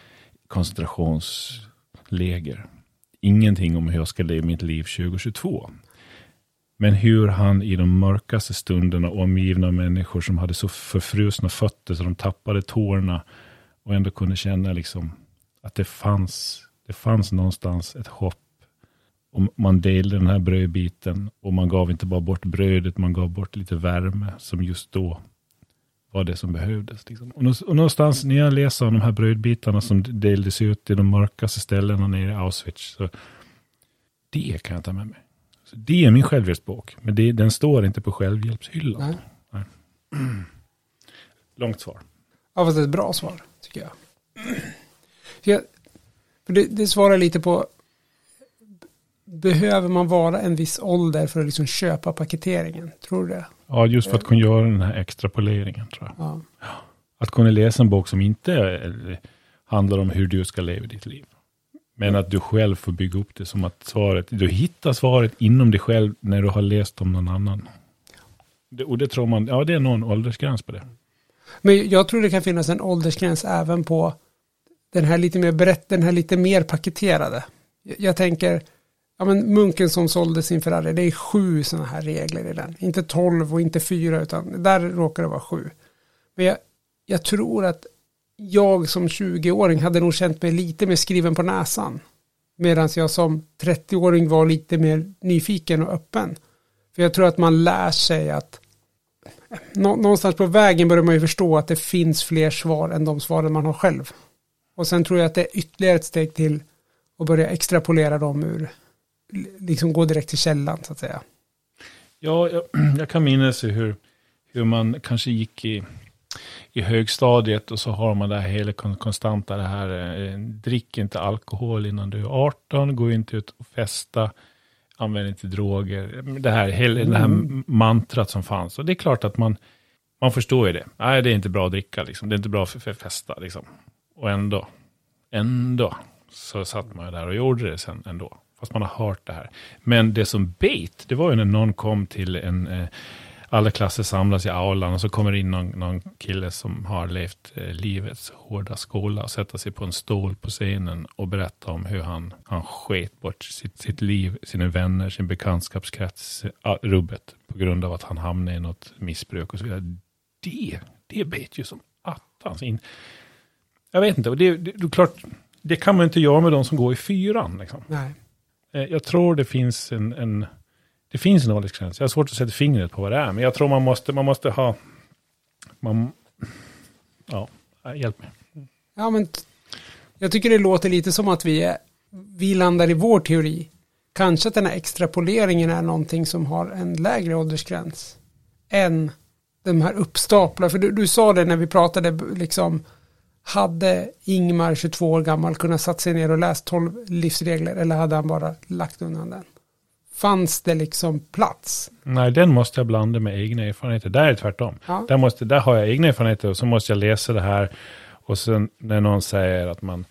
S1: koncentrationsläger. Ingenting om hur jag ska leva mitt liv tjugo tjugotvå. Men hur han i de mörkaste stunderna omgivna av människor som hade så förfrusna fötter så de tappade tårna och ändå kunde känna liksom att det fanns, det fanns någonstans ett hopp. Och man delade den här brödbiten och man gav inte bara bort brödet, man gav bort lite värme som just då var det som behövdes. Liksom. Och någonstans när jag läser om de här brödbitarna som delades ut i de mörkaste ställena nere i Auschwitz, så det kan jag ta med mig. Så det är min självhjälpsbok, men det, den står inte på självhjälpshyllan. Nej. Nej. Långt svar.
S2: Ja, fast det är ett bra svar, tycker jag. jag för det, det svarar lite på, behöver man vara en viss ålder för att liksom köpa paketeringen? Tror du det?
S1: Ja, just för att kunna göra den här extrapoleringen, tror jag.
S2: Ja.
S1: Att kunna läsa en bok som inte handlar om hur du ska leva ditt liv. Men att du själv får bygga upp det som att svaret, du hittar svaret inom dig själv när du har läst om någon annan. Det, och det tror man, ja det är någon åldersgräns på det.
S2: Men jag tror det kan finnas en åldersgräns även på den här lite mer berätt, den här lite mer paketerade. Jag, jag tänker, ja men munken som sålde sin Ferrari, det är sju sådana här regler i den. Inte tolv och inte fyra, utan där råkar det vara sju. Men jag, jag tror att jag som tjugoåring hade nog känt mig lite mer skriven på näsan. Medan jag som trettioåring var lite mer nyfiken och öppen. För jag tror att man lär sig att någonstans på vägen börjar man ju förstå att det finns fler svar än de svaren man har själv. Och sen tror jag att det är ytterligare ett steg till att börja extrapolera dem ur, liksom gå direkt till källan så att säga.
S1: Ja, jag, jag kan minnas hur, hur man kanske gick i, i högstadiet och så har man det här hela konstanta, det här, eh, drick inte alkohol innan du är arton, gå inte ut och festa, använd inte droger. Det här, hela, mm. det här mantrat som fanns. Och det är klart att man, man förstår ju det. Nej, det är inte bra att dricka, liksom. Det är inte bra för, för festa. Liksom. Och ändå, ändå så satt man ju där och gjorde det sen ändå. Fast man har hört det här. Men det som bet, det var ju när någon kom till en... Eh, alla klasser samlas i aulan och så kommer in någon, någon kille som har levt eh, livets hårda skola och sätter sig på en stol på scenen och berättar om hur han, han sket bort sitt, sitt liv, sina vänner, sin bekantskapskrets, äh, rubbet på grund av att han hamnade i något missbruk och så vidare. Det, det bet ju som attans in. Jag vet inte, och det, det, det, klart, det kan man inte göra med de som går i fyran. Liksom.
S2: Nej.
S1: Eh, jag tror det finns en... en Det finns en åldersgräns. Jag har svårt att sätta fingret på vad det är. Men jag tror man måste, man måste ha... Man, ja, hjälp mig.
S2: Ja, men jag tycker det låter lite som att vi, är, vi landar i vår teori. Kanske att den här extrapoleringen är någonting som har en lägre åldersgräns än de här uppstaplar. För du, du sa det när vi pratade, liksom, hade Ingmar, tjugotvå år gammal, kunnat satt sig ner och läst tolv livsregler, eller hade han bara lagt undan den? Fanns det liksom plats?
S1: Nej, den måste jag blanda med egna erfarenheter. Där är det tvärtom.
S2: Ja.
S1: Där, måste, där har jag egna erfarenheter och så måste jag läsa det här. Och sen när någon säger att man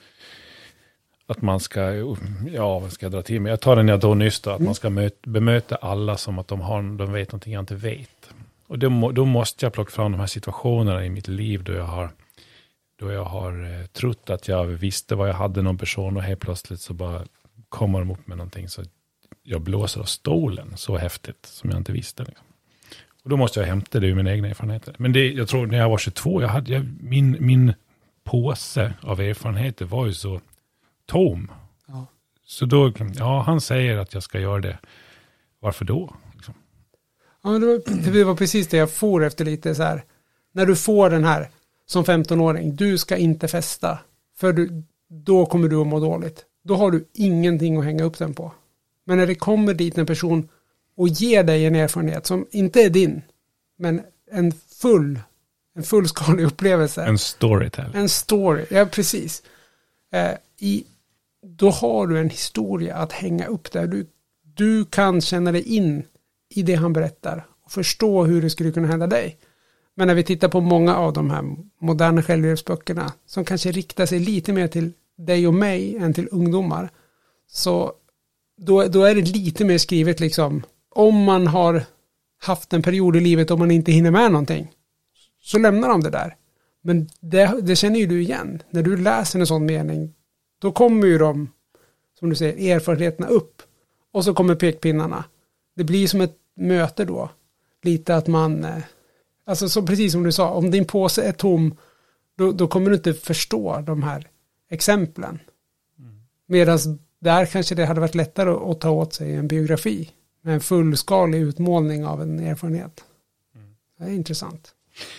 S1: att man ska, ja vad ska jag dra till med? Jag tar den jag då nyss då, att mm. man ska möta, bemöta alla som att de, har, de vet någonting jag inte vet. Och då, då måste jag plocka fram de här situationerna i mitt liv då jag har, då jag har eh, trott att jag visste vad jag hade någon person och helt plötsligt så bara kommer de upp med någonting så jag blåser av stolen så häftigt som jag inte visste. Liksom. Och då måste jag hämta det ur mina egna erfarenheter. Men det, jag tror när jag var tjugotvå, jag hade, jag, min, min påse av erfarenheter var ju så tom. Ja. Så då, ja han säger att jag ska göra det. Varför då? Liksom.
S2: Ja, det var, det var precis det jag får efter lite så här. När du får den här som femtonåring, du ska inte festa. För du, då kommer du att må dåligt. Då har du ingenting att hänga upp den på. Men när det kommer dit en person och ger dig en erfarenhet som inte är din, men en full, en fullskalig upplevelse.
S1: En storytell.
S2: En story, ja precis. Eh, i, då har du en historia att hänga upp där. Du, du kan känna dig in i det han berättar och förstå hur det skulle kunna hända dig. Men när vi tittar på många av de här moderna självhjälpsböckerna som kanske riktar sig lite mer till dig och mig än till ungdomar, så Då, då är det lite mer skrivet liksom, om man har haft en period i livet om man inte hinner med någonting, så lämnar de det där. Men det, det känner ju du igen. När du läser en sån mening, då kommer ju de, som du säger, erfarenheterna upp. Och så kommer pekpinnarna. Det blir som ett möte då. Lite att man, alltså så precis som du sa, om din påse är tom, då, då kommer du inte förstå de här exemplen. Mm. Medan där kanske det hade varit lättare att ta åt sig en biografi med en fullskalig utmålning av en erfarenhet. Mm. Det är intressant.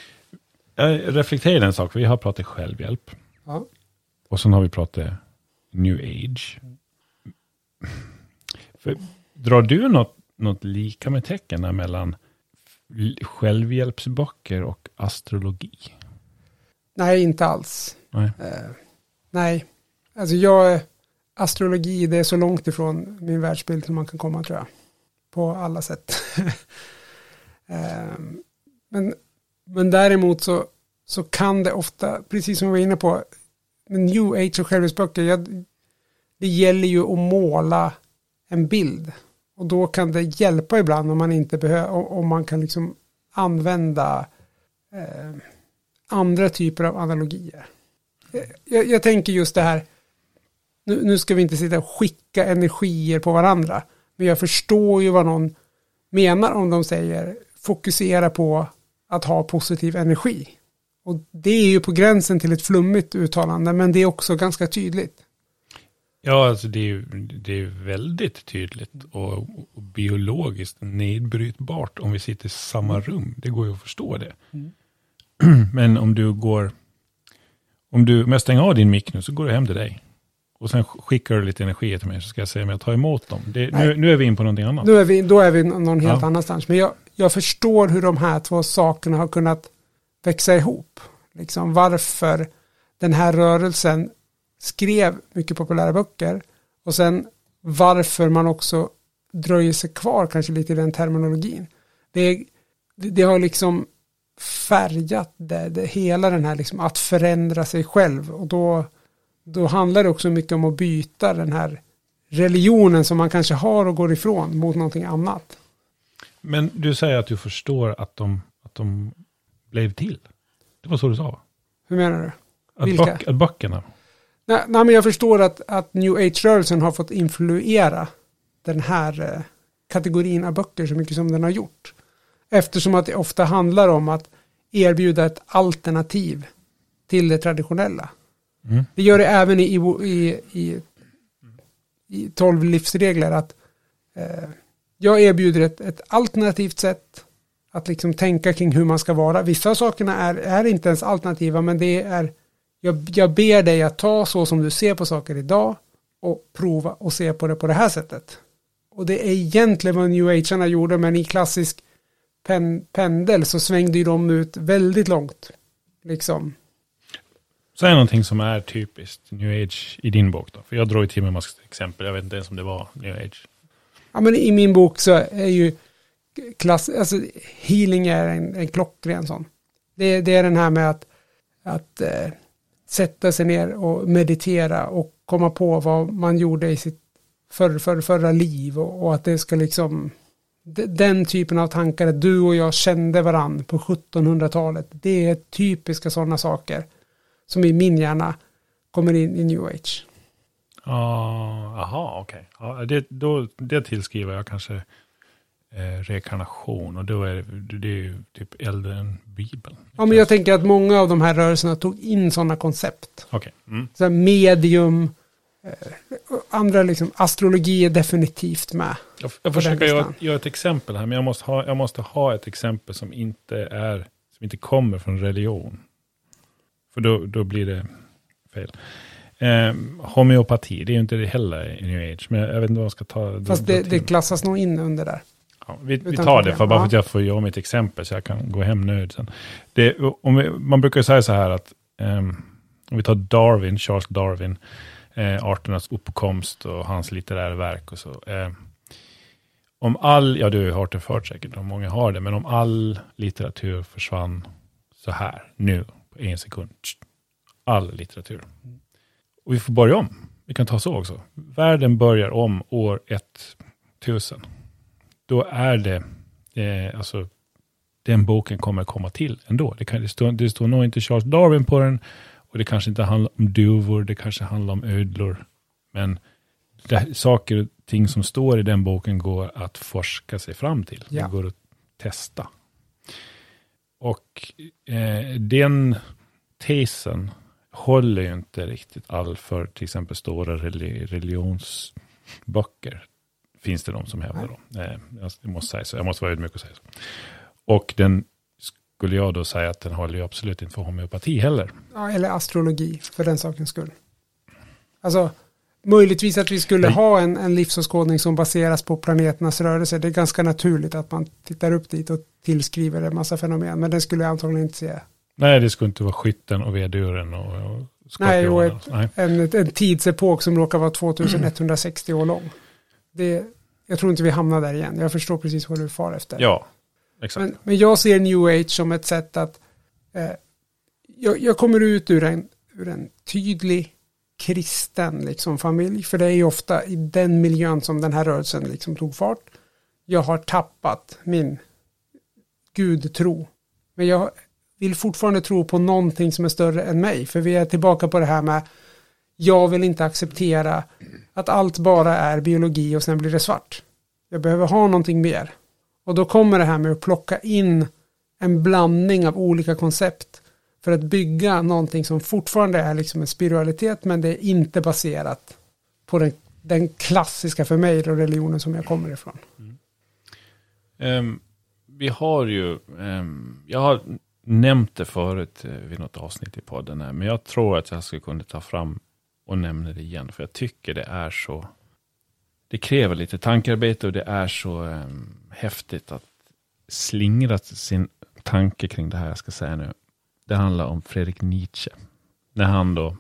S1: Jag reflekterar en sak. Vi har pratat självhjälp.
S2: Ja.
S1: Och sen har vi pratat new age. För, drar du något, något lika med tecken mellan självhjälpsböcker och astrologi?
S2: Nej, inte alls.
S1: Nej.
S2: Uh, nej. Alltså jag... Astrologi, det är så långt ifrån min världsbild som man kan komma, tror jag. På alla sätt. men, men däremot så, så kan det ofta, precis som vi var inne på, med new age och självhjälpsböcker, jag, det gäller ju att måla en bild. Och då kan det hjälpa ibland om man inte behöver, om man kan liksom använda eh, andra typer av analogier. Jag, jag tänker just det här, Nu, nu ska vi inte sitta och skicka energier på varandra. Men jag förstår ju vad någon menar om de säger fokusera på att ha positiv energi. Och det är ju på gränsen till ett flummigt uttalande, men det är också ganska tydligt.
S1: Ja, alltså det är ju det är väldigt tydligt och, och biologiskt nedbrytbart om vi sitter i samma rum. Det går ju att förstå det. Mm. Men om du går, om du, om jag stänger av din mick nu så går du hem till dig. Och sen skickar du lite energi till mig så ska jag säga om jag tar emot dem. Det, nu, nu är vi in på någonting annat.
S2: Nu är vi, då är vi någon helt
S1: ja.
S2: annanstans. Men jag, jag förstår hur de här två sakerna har kunnat växa ihop. Liksom varför den här rörelsen skrev mycket populära böcker. Och sen varför man också dröjer sig kvar kanske lite i den terminologin. Det, det, det har liksom färgat det, det, hela den här liksom att förändra sig själv. Och då... Då handlar det också mycket om att byta den här religionen som man kanske har och går ifrån mot någonting annat.
S1: Men du säger att du förstår att de, att de blev till. Det var så du sa.
S2: Hur menar du?
S1: Att,
S2: Vilka?
S1: Böck, att böckerna.
S2: Nej, nej, men jag förstår att, att New Age-rörelsen har fått influera den här eh, kategorin av böcker så mycket som den har gjort. Eftersom att det ofta handlar om att erbjuda ett alternativ till det traditionella. Mm. Det gör det även i, i, i, i tolv livsregler att eh, jag erbjuder ett, ett alternativt sätt att liksom tänka kring hur man ska vara. Vissa av sakerna är, är inte ens alternativa, men det är jag, jag ber dig att ta så som du ser på saker idag och prova och se på det på det här sättet. Och det är egentligen vad New Age-arna gjorde, men i klassisk pen, pendel så svängde ju de ut väldigt långt. Liksom.
S1: Säg någonting som är typiskt New Age i din bok då. För jag drar ju till med massa exempel. Jag vet inte ens om det var New Age.
S2: Ja, men i min bok så är ju klass, alltså healing är en, en klockren sån. Det, det är den här med att, att eh, sätta sig ner och meditera och komma på vad man gjorde i sitt för, för, förra liv och, och att det ska liksom den typen av tankar att du och jag kände varann på sjuttonhundratalet. Det är typiska sådana saker som i min hjärna kommer in i New Age.
S1: Ah, aha, okej. Okay. Ja, det, då, det tillskriver jag kanske eh, rekarnation och då är det, det är ju typ äldre än Bibeln.
S2: Ja, men jag tänker att många av de här rörelserna tog in sådana koncept.
S1: Okej. Okay. Mm.
S2: Så här medium, eh, andra liksom, astrologi är definitivt med.
S1: Jag, jag försöker göra, göra ett exempel här, men jag måste, ha, jag måste ha ett exempel som inte är, som inte kommer från religion. För då, då blir det fel. Eh, homeopati, det är ju inte det heller i New Age. Men jag vet inte vad jag ska ta.
S2: Fast det, det klassas nog in under där.
S1: Ja, vi, vi tar det, för bara för att jag får göra mitt exempel så jag kan gå hem nöjd sen. Det, om vi, man brukar säga så här att eh, om vi tar Darwin, Charles Darwin, eh, arternas uppkomst och hans litterära verk och så. Eh, om all, ja du har hört det förut säkert, om många har det, men om all litteratur försvann så här, nu, på en sekund. All litteratur. Och vi får börja om. Vi kan ta så också. Världen börjar om år tusen. Då är det, eh, alltså, den boken kommer komma till ändå. Det, kan, det, står, det står nog inte Charles Darwin på den. Och det kanske inte handlar om duvor. Det kanske handlar om ödlor. Men det, saker och ting som står i den boken går att forska sig fram till. Ja. Det går att testa. Och eh, den tesen håller ju inte riktigt all för till exempel stora religionsböcker. Finns det de som hävdar då. Eh, jag måste säga så. Jag måste vara ödmjuk och säga så. Och den skulle jag då säga att den håller ju absolut inte för homeopati heller. Ja,
S2: eller astrologi för den sakens skull. Alltså, möjligtvis att vi skulle Nej. ha en, en livsåskådning som baseras på planeternas rörelse. Det är ganska naturligt att man tittar upp dit och tillskriver en massa fenomen. Men det skulle jag antagligen inte säga.
S1: Nej, det skulle inte vara skytten och veduren och, och
S2: Nej, och ett, Nej. En, en tidsepok som råkar vara tjugoetthundrasextio år lång. Det, jag tror inte vi hamnar där igen. Jag förstår precis vad du far efter.
S1: Ja, exakt.
S2: Men, men jag ser New Age som ett sätt att eh, jag, jag kommer ut ur en, ur en tydlig kristen liksom, familj. För det är ju ofta i den miljön som den här rörelsen liksom tog fart. Jag har tappat min gudtro. Men jag vill fortfarande tro på någonting som är större än mig. För vi är tillbaka på det här med jag vill inte acceptera att allt bara är biologi och sen blir det svart. Jag behöver ha någonting mer. Och då kommer det här med att plocka in en blandning av olika koncept för att bygga någonting som fortfarande är liksom en spiritualitet, men det är inte baserat på den, den klassiska för mig och religionen som jag kommer ifrån.
S1: Mm. Um, vi har ju um, jag har nämnt det förut vid något avsnitt i podden här, men jag tror att jag skulle kunna ta fram och nämna det igen, för jag tycker det är så, det kräver lite tankarbete och det är så um, häftigt att slingra sin tanke kring det här jag ska säga nu. Det handlar om Friedrich Nietzsche. När han då,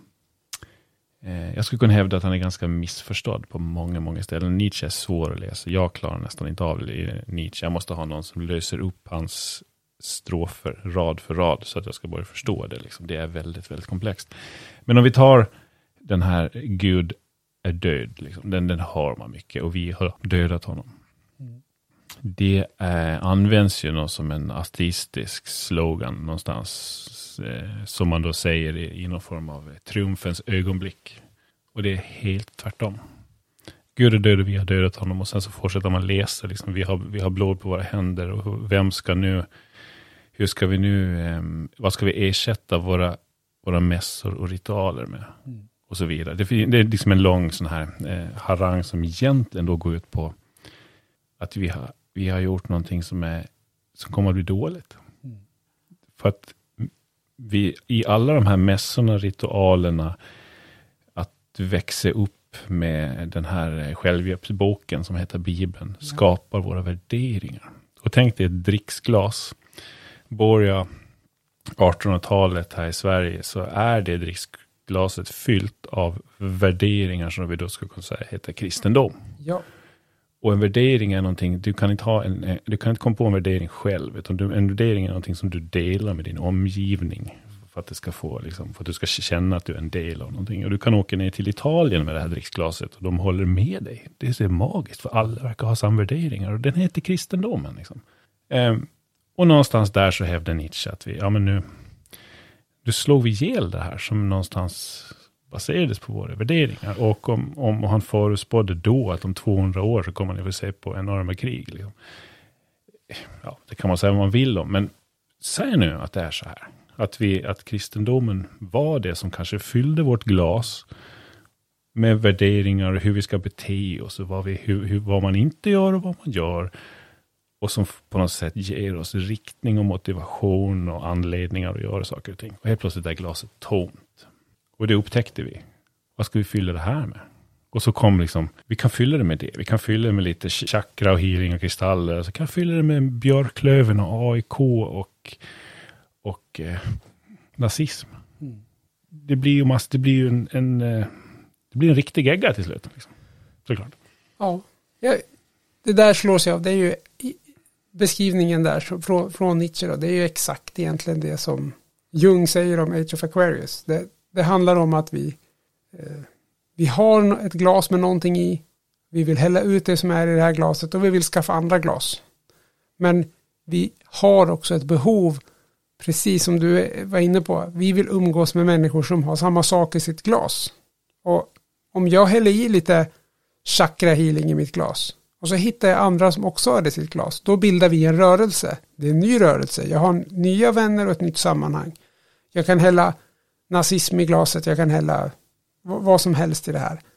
S1: eh, jag skulle kunna hävda att han är ganska missförstådd på många, många ställen. Nietzsche är svår att läsa. Jag klarar nästan inte av Nietzsche. Jag måste ha någon som löser upp hans strofer rad för rad så att jag ska börja förstå det. Liksom. Det är väldigt, väldigt komplext. Men om vi tar den här Gud är död, liksom. den, den har man mycket och vi har dödat honom. Mm. Det eh, används ju nog som en ateistisk slogan någonstans eh, som man då säger i, i någon form av triumfens ögonblick. Och det är helt tvärtom. Gud är död och vi har dödat honom, och sen så fortsätter man läsa liksom, vi har, vi har blod på våra händer och vem ska nu hur ska vi nu eh, vad ska vi ersätta våra, våra mässor och ritualer med mm. och så vidare. Det, det är liksom en lång sån här eh, harang som egentligen då går ut på att vi har Vi har gjort någonting som, är, som kommer att bli dåligt. Mm. För att vi i alla de här mässorna, ritualerna, att växa upp med den här självhjälpsboken som heter Bibeln, mm. skapar våra värderingar. Och tänk dig ett dricksglas. Börja artonhundratalet här i Sverige så är det dricksglaset fyllt av värderingar som vi då skulle kunna säga heter kristendom.
S2: Ja.
S1: Och en värdering är någonting, du kan inte ha en, du kan inte komma på en värdering själv, utan du, en värdering är någonting som du delar med din omgivning för att det ska få, liksom, för att du ska känna att du är en del av någonting. Och du kan åka ner till Italien med det här dricksglaset och de håller med dig. Det är så magiskt för alla verkar ha samma värderingar och den heter kristendomen. Liksom. Ehm, och någonstans där så hävdar Nietzsche att vi, ja men nu, du slår vi ihjäl det här som någonstans baserades på våra värderingar. Och om, om han förutspådde då att om tvåhundra år så kommer man att se på enorma krig. Liksom. Ja, det kan man säga vad man vill om. Men säg nu att det är så här. Att, vi, att kristendomen var det som kanske fyllde vårt glas med värderingar och hur vi ska bete oss och vad, vi, hur, hur, vad man inte gör och vad man gör. Och som på något sätt ger oss riktning och motivation och anledningar att göra saker och ting. Och helt plötsligt är glaset tomt. Och det upptäckte vi. Vad ska vi fylla det här med? Och så kom liksom, vi kan fylla det med det. Vi kan fylla det med lite chakra och healing och kristaller. Så kan vi fylla det med björklöven och A I K och, och eh, nazism. Mm. Det blir ju mass, det blir ju en, en, det blir en riktig gegga till slut. Liksom. Såklart.
S2: Ja, jag, det där slås jag av. Det är ju beskrivningen där så, från, från Nietzsche. Då, det är ju exakt egentligen det som Jung säger om Age of Aquarius. Det, det handlar om att vi, eh, vi har ett glas med någonting i. Vi vill hälla ut det som är i det här glaset och vi vill skaffa andra glas. Men vi har också ett behov, precis som du var inne på. Vi vill umgås med människor som har samma sak i sitt glas. Och om jag häller i lite chakra healing i mitt glas och så hittar jag andra som också har det i sitt glas, då bildar vi en rörelse. Det är en ny rörelse. Jag har nya vänner och ett nytt sammanhang. Jag kan hälla nazism i glaset, jag kan hälla vad som helst i det här.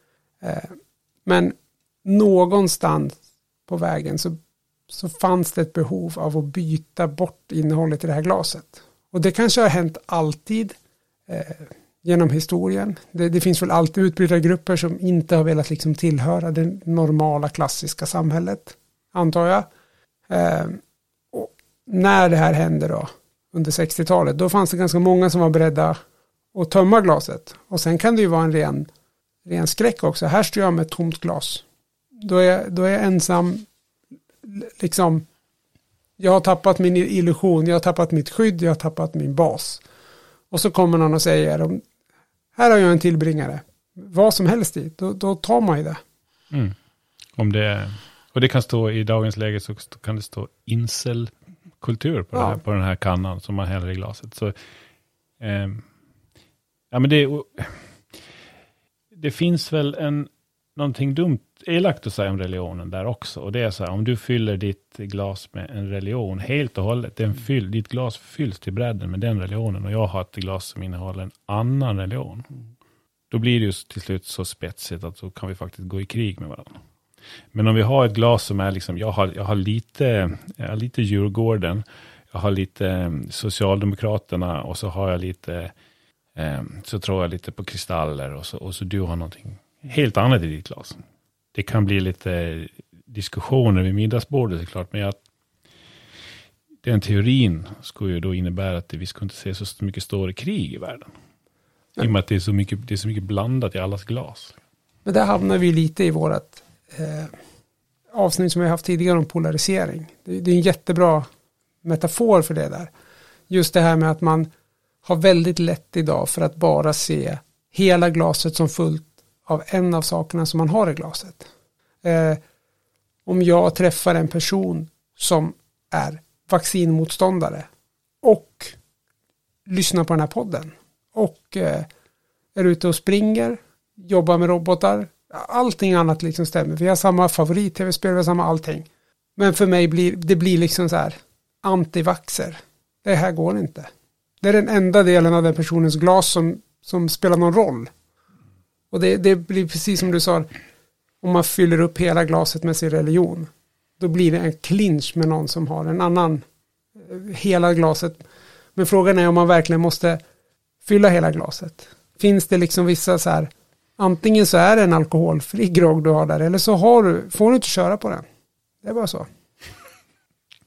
S2: Men någonstans på vägen så, så fanns det ett behov av att byta bort innehållet i det här glaset. Och det kanske har hänt alltid eh, genom historien. Det, det finns väl alltid utbytta grupper som inte har velat liksom tillhöra det normala klassiska samhället, antar jag. Eh, och när det här hände då, under sextiotalet, då fanns det ganska många som var beredda att tömma glaset. Och sen kan det ju vara en ren, ren skräck också. Här står jag med ett tomt glas. Då är, då är jag ensam, liksom, jag har tappat min illusion, jag har tappat mitt skydd, jag har tappat min bas. Och så kommer någon och säger, här har jag en tillbringare, vad som helst i, då, då tar man ju det.
S1: Mm. Om det. Och det kan stå i dagens läge, så kan det stå incelkultur på, ja. på den här kannan som man häller i glaset. Så, eh, ja men det, det finns väl en någonting dumt, elakt att säga om religionen där också. Och det är så här, om du fyller ditt glas med en religion helt och hållet, den fyll, ditt glas fylls till bredden med den religionen och jag har ett glas som innehåller en annan religion. Då blir det ju till slut så spetsigt att då kan vi faktiskt gå i krig med varandra. Men om vi har ett glas som är liksom, jag har, jag har lite, jag har lite Djurgården, jag har lite Socialdemokraterna och så har jag lite, eh, så tror jag lite på kristaller och så, och så du har någonting helt annat i ditt glas. Det kan bli lite diskussioner vid middagsbordet såklart, men att den teorin skulle ju då innebära att vi skulle inte se så mycket större krig i världen. I och med att det är så mycket, det är så mycket blandat i allas glas.
S2: Men där hamnar vi lite i vårat eh, avsnitt som vi har haft tidigare om polarisering. Det, det är en jättebra metafor för det där. Just det här med att man har väldigt lätt idag för att bara se hela glaset som fullt av en av sakerna som man har i glaset. Eh, om jag träffar en person som är vaccinmotståndare och lyssnar på den här podden och eh, är ute och springer, jobbar med robotar, allting annat liksom stämmer. Vi har samma favorit-tv-spel, vi har samma allting. Men för mig blir det blir liksom så här antivaxer. Det här går inte. Det är den enda delen av den personens glas som, som spelar någon roll. Och det, det blir precis som du sa, om man fyller upp hela glaset med sin religion, då blir det en clinch med någon som har en annan, hela glaset. Men frågan är om man verkligen måste fylla hela glaset. Finns det liksom vissa så här, antingen så är det en alkoholfri grogg du har där, eller så har du, får du inte köra på den. Det är bara så.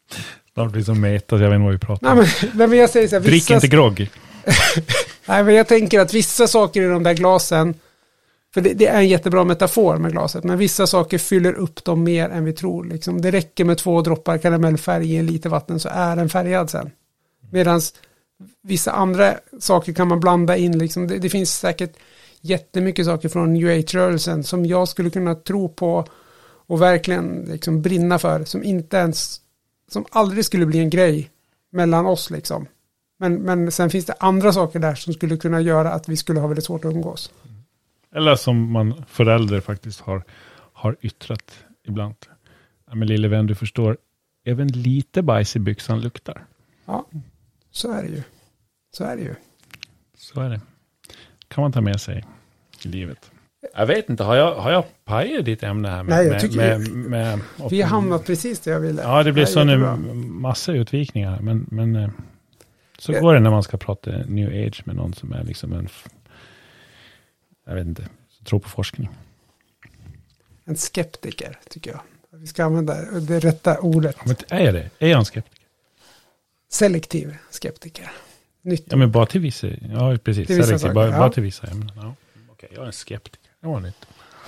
S1: Det blir så metat, jag vet inte vad vi pratar om.
S2: Nej, men, nej, men jag säger så här,
S1: Drick
S2: vissa,
S1: inte grogg.
S2: nej, men jag tänker att vissa saker i de där glasen, för det, det är en jättebra metafor med glaset, men vissa saker fyller upp dem mer än vi tror. Liksom. Det räcker med två droppar karamellfärg i en liter vatten så är den färgad sen. Medan vissa andra saker kan man blanda in. Liksom. Det, det finns säkert jättemycket saker från New Age-rörelsen som jag skulle kunna tro på och verkligen liksom brinna för, som inte ens, som aldrig skulle bli en grej mellan oss liksom. Men, men sen finns det andra saker där som skulle kunna göra att vi skulle ha väldigt svårt att umgås.
S1: Eller som man förälder faktiskt har, har yttrat ibland. Ja, men lille vän, du förstår, även lite bajs i byxan luktar.
S2: Ja, så är det ju. Så är det ju.
S1: Så är det. Kan man ta med sig i livet. Jag vet inte, har jag, har jag pajat ditt ämne här? Med,
S2: Nej, jag tycker
S1: med, med, med, med,
S2: vi har hamnat precis där jag ville.
S1: Ja, det blir
S2: det
S1: sådana massa utvikningar. Men, men så
S2: ja.
S1: går det när man ska prata New Age med någon som är liksom en, jag vet inte, som tror på forskning. En
S2: skeptiker, tycker jag. Vi ska använda det rätta ordet.
S1: Ja, men är det? Är jag en skeptiker?
S2: Selektiv skeptiker. Nytt.
S1: Ja, men bara till vissa. Ja, precis.
S2: Till vissa
S1: Selektiv,
S2: saker,
S1: bara,
S2: ja.
S1: bara till vissa ämnen. Ja. Okej, jag är en skeptiker. Det var nytt.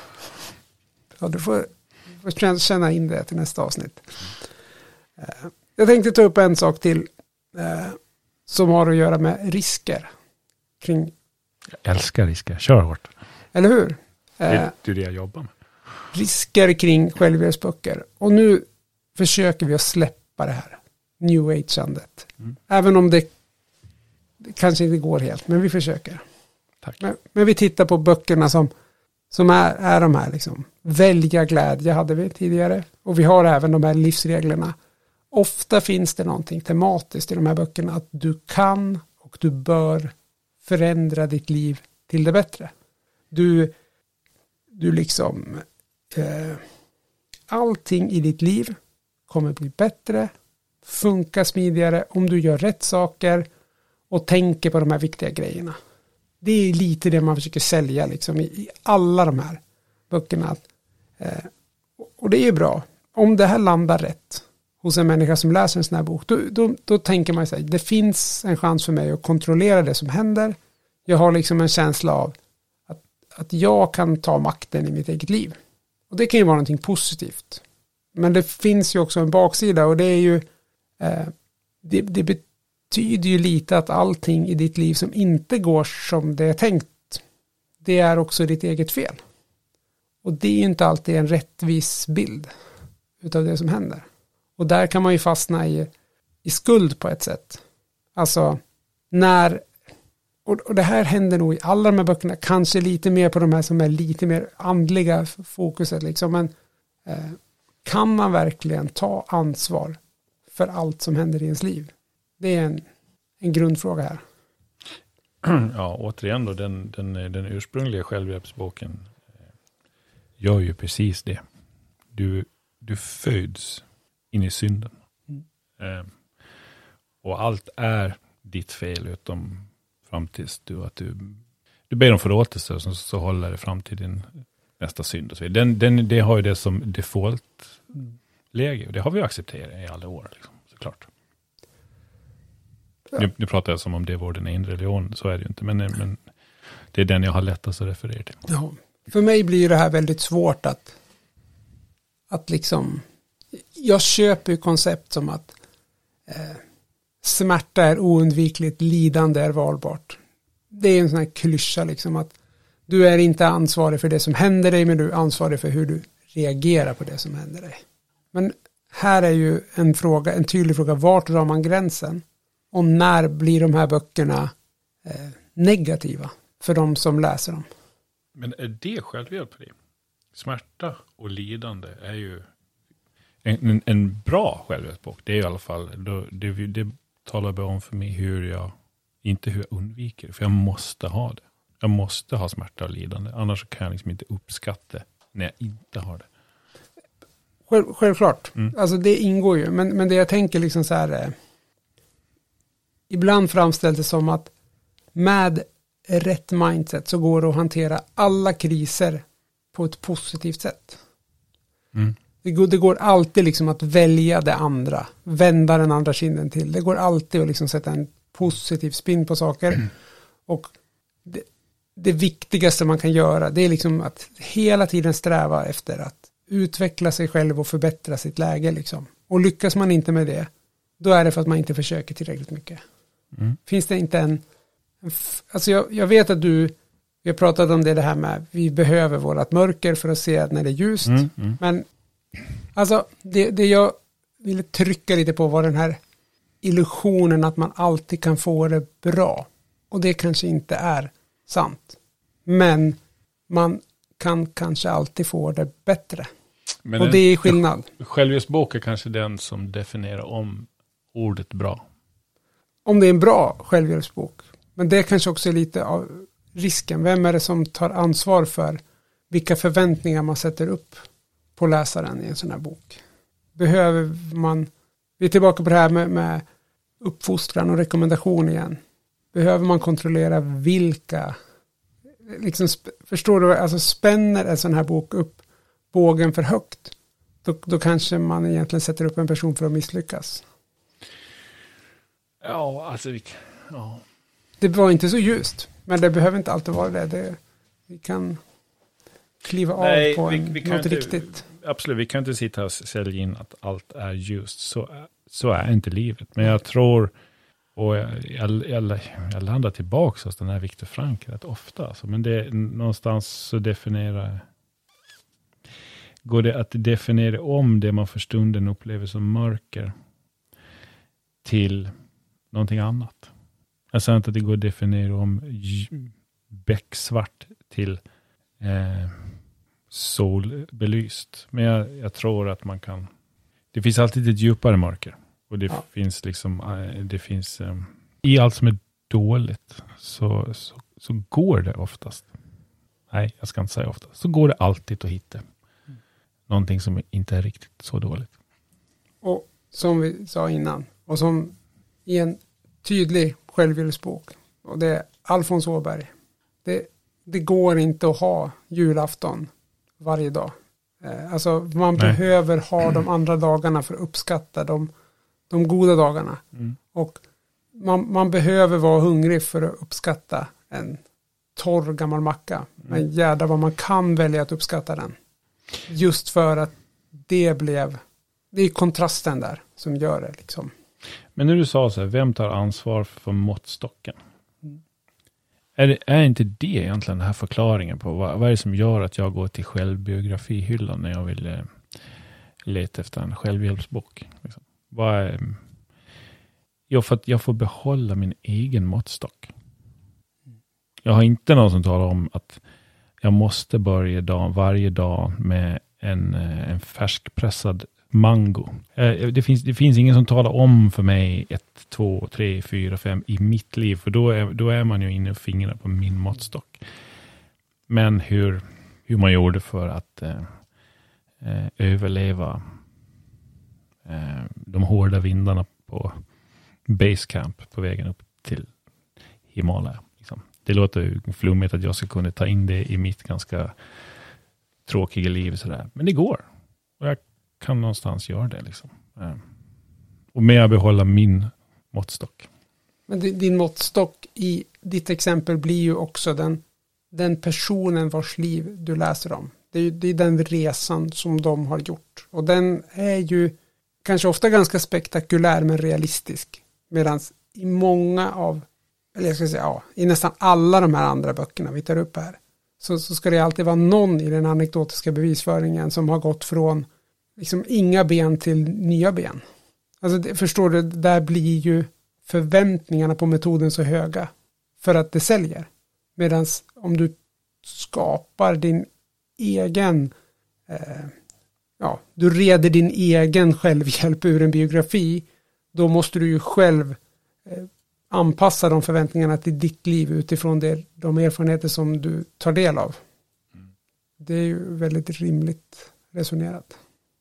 S2: Ja, du får, du får känna in det till nästa avsnitt. Uh, jag tänkte ta upp en sak till uh, som har att göra med risker. Kring...
S1: Jag älskar risker. Kör hårt.
S2: Eller hur? Uh,
S1: det är det jag jobbar med.
S2: Risker kring självhjälpsböcker. Och nu försöker vi att släppa det här New Age-andet. Mm. Även om det, det kanske inte går helt, men vi försöker.
S1: Tack.
S2: Men, men vi tittar på böckerna som, som är, är de här liksom. Välja glädje hade vi tidigare. Och vi har även de här livsreglerna. Ofta finns det någonting tematiskt i de här böckerna. Att du kan och du bör förändra ditt liv till det bättre. Du, du liksom... Eh, allting i ditt liv kommer bli bättre, funka smidigare om du gör rätt saker och tänker på de här viktiga grejerna. Det är lite det man försöker sälja liksom, i, i alla de här böckerna. Eh, och det är ju bra. Om det här landar rätt hos en människa som läser en sån här bok, då, då, då tänker man sig, det finns en chans för mig att kontrollera det som händer. Jag har liksom en känsla av att, att jag kan ta makten i mitt eget liv. Och det kan ju vara någonting positivt. Men det finns ju också en baksida och det är ju eh, det, det betyder ju lite att allting i ditt liv som inte går som det är tänkt, det är också ditt eget fel. Och det är ju inte alltid en rättvis bild utav det som händer. Och där kan man ju fastna i, i skuld på ett sätt. Alltså när, och, och det här händer nog i alla de här böckerna, kanske lite mer på de här som är lite mer andliga fokuset liksom, men eh, kan man verkligen ta ansvar för allt som händer i ens liv? Det är en, en grundfråga här.
S1: Ja, återigen då, den, den, den ursprungliga självhjälpsboken gör ju precis det. Du, du föds in i synden. Mm. Eh, och allt är ditt fel utom fram tills du, att du, du ber om förlåtelse och så, så håller det fram till din nästa synd. Och så den, den, det har ju det som default-läge. Och det har vi accepterat i alla år, liksom, såklart. Ja. Nu, nu pratar jag som om det var den ena religion, så är det ju inte. Men, men det är den jag har lättast att referera till.
S2: Ja. För mig blir det här väldigt svårt att, att liksom, jag köper ju koncept som att eh, smärta är oundvikligt, lidande är valbart. Det är en sån här klyscha liksom, att du är inte ansvarig för det som händer dig, men du är ansvarig för hur du reagerar på det som händer dig. Men här är ju en fråga, en tydlig fråga, vart drar man gränsen? Och när blir de här böckerna eh, negativa för de som läser dem?
S1: Men är det självhjälp för dig? Smärta och lidande är ju en, en, en bra självhjälpsbok. Det är i alla fall, då, det, det talar bara om för mig hur jag, inte hur jag undviker det. För jag måste ha det. Jag måste ha smärta och lidande. Annars kan jag liksom inte uppskatta när jag inte har det.
S2: Själv, självklart.
S1: Mm.
S2: Alltså det ingår ju. Men, men det jag tänker liksom så här. Eh, ibland framställs det som att med rätt mindset så går det att hantera alla kriser på ett positivt sätt.
S1: Mm.
S2: Det går, det går alltid liksom att välja det andra. Vända den andra kinden till. Det går alltid att liksom sätta en positiv spin på saker. Mm. Och det, det viktigaste man kan göra, det är liksom att hela tiden sträva efter att utveckla sig själv och förbättra sitt läge. Liksom. Och lyckas man inte med det, då är det för att man inte försöker tillräckligt mycket. Mm. Finns det inte en... en alltså jag, jag vet att du... Vi har pratat om det, det här med vi behöver vårat mörker för att se när det är ljust. Mm, mm. Men alltså det, det jag ville trycka lite på var den här illusionen att man alltid kan få det bra. Och det kanske inte är sant. Men man kan kanske alltid få det bättre. Men och det är skillnad.
S1: Självhjälpsbok är kanske den som definierar om ordet bra.
S2: Om det är en bra självhjälpsbok. Men det kanske också är lite av risken. Vem är det som tar ansvar för vilka förväntningar man sätter upp på läsaren i en sån här bok? Behöver man, vi är tillbaka på det här med, med uppfostran och rekommendation igen. Behöver man kontrollera vilka, liksom, förstår du, alltså spänner en sån här bok upp bågen för högt, då, då kanske man egentligen sätter upp en person för att misslyckas.
S1: Ja, alltså vi, ja.
S2: Det var inte så ljust, men det behöver inte alltid vara det. det vi kan kliva Nej, av på
S1: vi,
S2: en,
S1: vi
S2: något
S1: inte,
S2: riktigt.
S1: Absolut, vi kan inte sitta och sälja in att allt är ljust. Så, så är inte livet. Men jag tror, och jag, jag, jag, jag landar tillbaka hos den här Viktor Frankl rätt ofta. Alltså, men det någonstans så definierar, går det att definiera om det man för stunden upplever som mörker till någonting annat. Jag säger inte att det går att definiera om becksvart till eh, solbelyst. Men jag, jag tror att man kan... Det finns alltid ett djupare mörker. Och det ja. finns liksom... Det finns... Eh, i allt som är dåligt så, så, så går det oftast. Nej, jag ska inte säga oftast. Så går det alltid att hitta mm. någonting som inte är riktigt så dåligt.
S2: Och som vi sa innan. Och som i en tydlig självhjälpsbok. Och det är Alfons Åberg. Det, det går inte att ha julafton varje dag. Eh, alltså man Nej. behöver ha de andra dagarna för att uppskatta de, de goda dagarna. Mm. Och man, man behöver vara hungrig för att uppskatta en torr gammal macka. Mm. Men jädrar vad man kan välja att uppskatta den. Just för att det blev, det är kontrasten där som gör det liksom.
S1: Men när du sa så här, vem tar ansvar för måttstocken? Mm. Är, det, är inte det egentligen den här förklaringen på vad, vad är det som gör att jag går till självbiografihyllan när jag vill eh, leta efter en självhjälpsbok? Liksom. Vad är, jag, för att jag får behålla min egen måttstock. Jag har inte någon som talar om att jag måste börja dag, varje dag med en, en färskpressad mango. Det finns, det finns ingen som talar om för mig ett, två, tre, fyra, fem i mitt liv. För då är, då är man ju inne och fingrar på min måttstock. Men hur, hur man gjorde för att eh, eh, överleva eh, de hårda vindarna på basecamp på vägen upp till Himalaya. Liksom. Det låter ju flummigt att jag ska kunna ta in det i mitt ganska tråkiga liv. Sådär. Men det går. Och jag kan någonstans göra det. Liksom. Och med att behålla min måttstock.
S2: Men din måttstock i ditt exempel blir ju också den, den personen vars liv du läser om. Det är ju det är den resan som de har gjort. Och den är ju kanske ofta ganska spektakulär men realistisk. Medan i många av, eller jag ska säga ja, i nästan alla de här andra böckerna vi tar upp här. Så, så ska det alltid vara någon i den anekdotiska bevisföringen som har gått från liksom inga ben till nya ben. Alltså det, förstår du, där blir ju förväntningarna på metoden så höga för att det säljer. Medan om du skapar din egen eh, ja, du reder din egen självhjälp ur en biografi, då måste du ju själv eh, anpassa de förväntningarna till ditt liv utifrån det, de erfarenheter som du tar del av. Mm. Det är ju väldigt rimligt resonerat.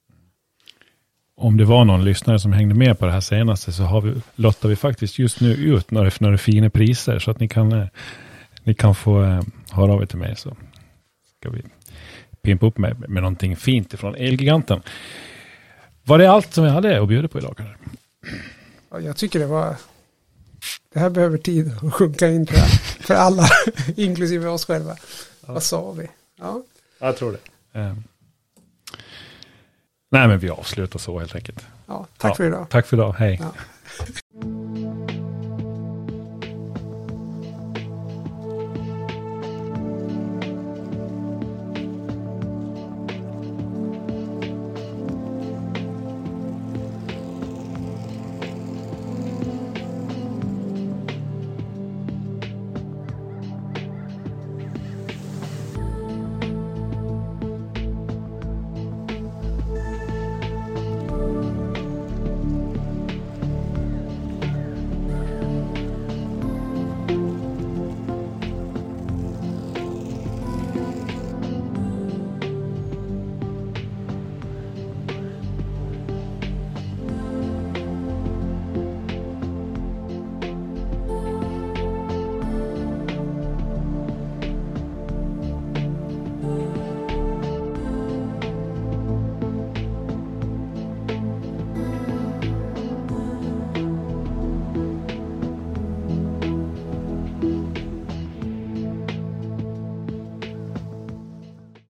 S1: Om det var någon lyssnare som hängde med på det här senaste så har vi, lottar vi faktiskt just nu ut några, några fina priser så att ni kan, eh, ni kan få eh, höra av er till mig så ska vi pimpa upp med, med någonting fint från Elgiganten. Var det allt som jag hade att bjuda på idag?
S2: Ja, jag tycker det var... Det här behöver tid att sjunka in för, för alla, inklusive oss själva. Ja. Vad sa vi? Ja.
S1: Jag tror det. Um. Nej, men vi avslutar så helt enkelt.
S2: Ja, tack
S1: ja,
S2: för idag.
S1: Tack för idag. Hej.
S2: Ja.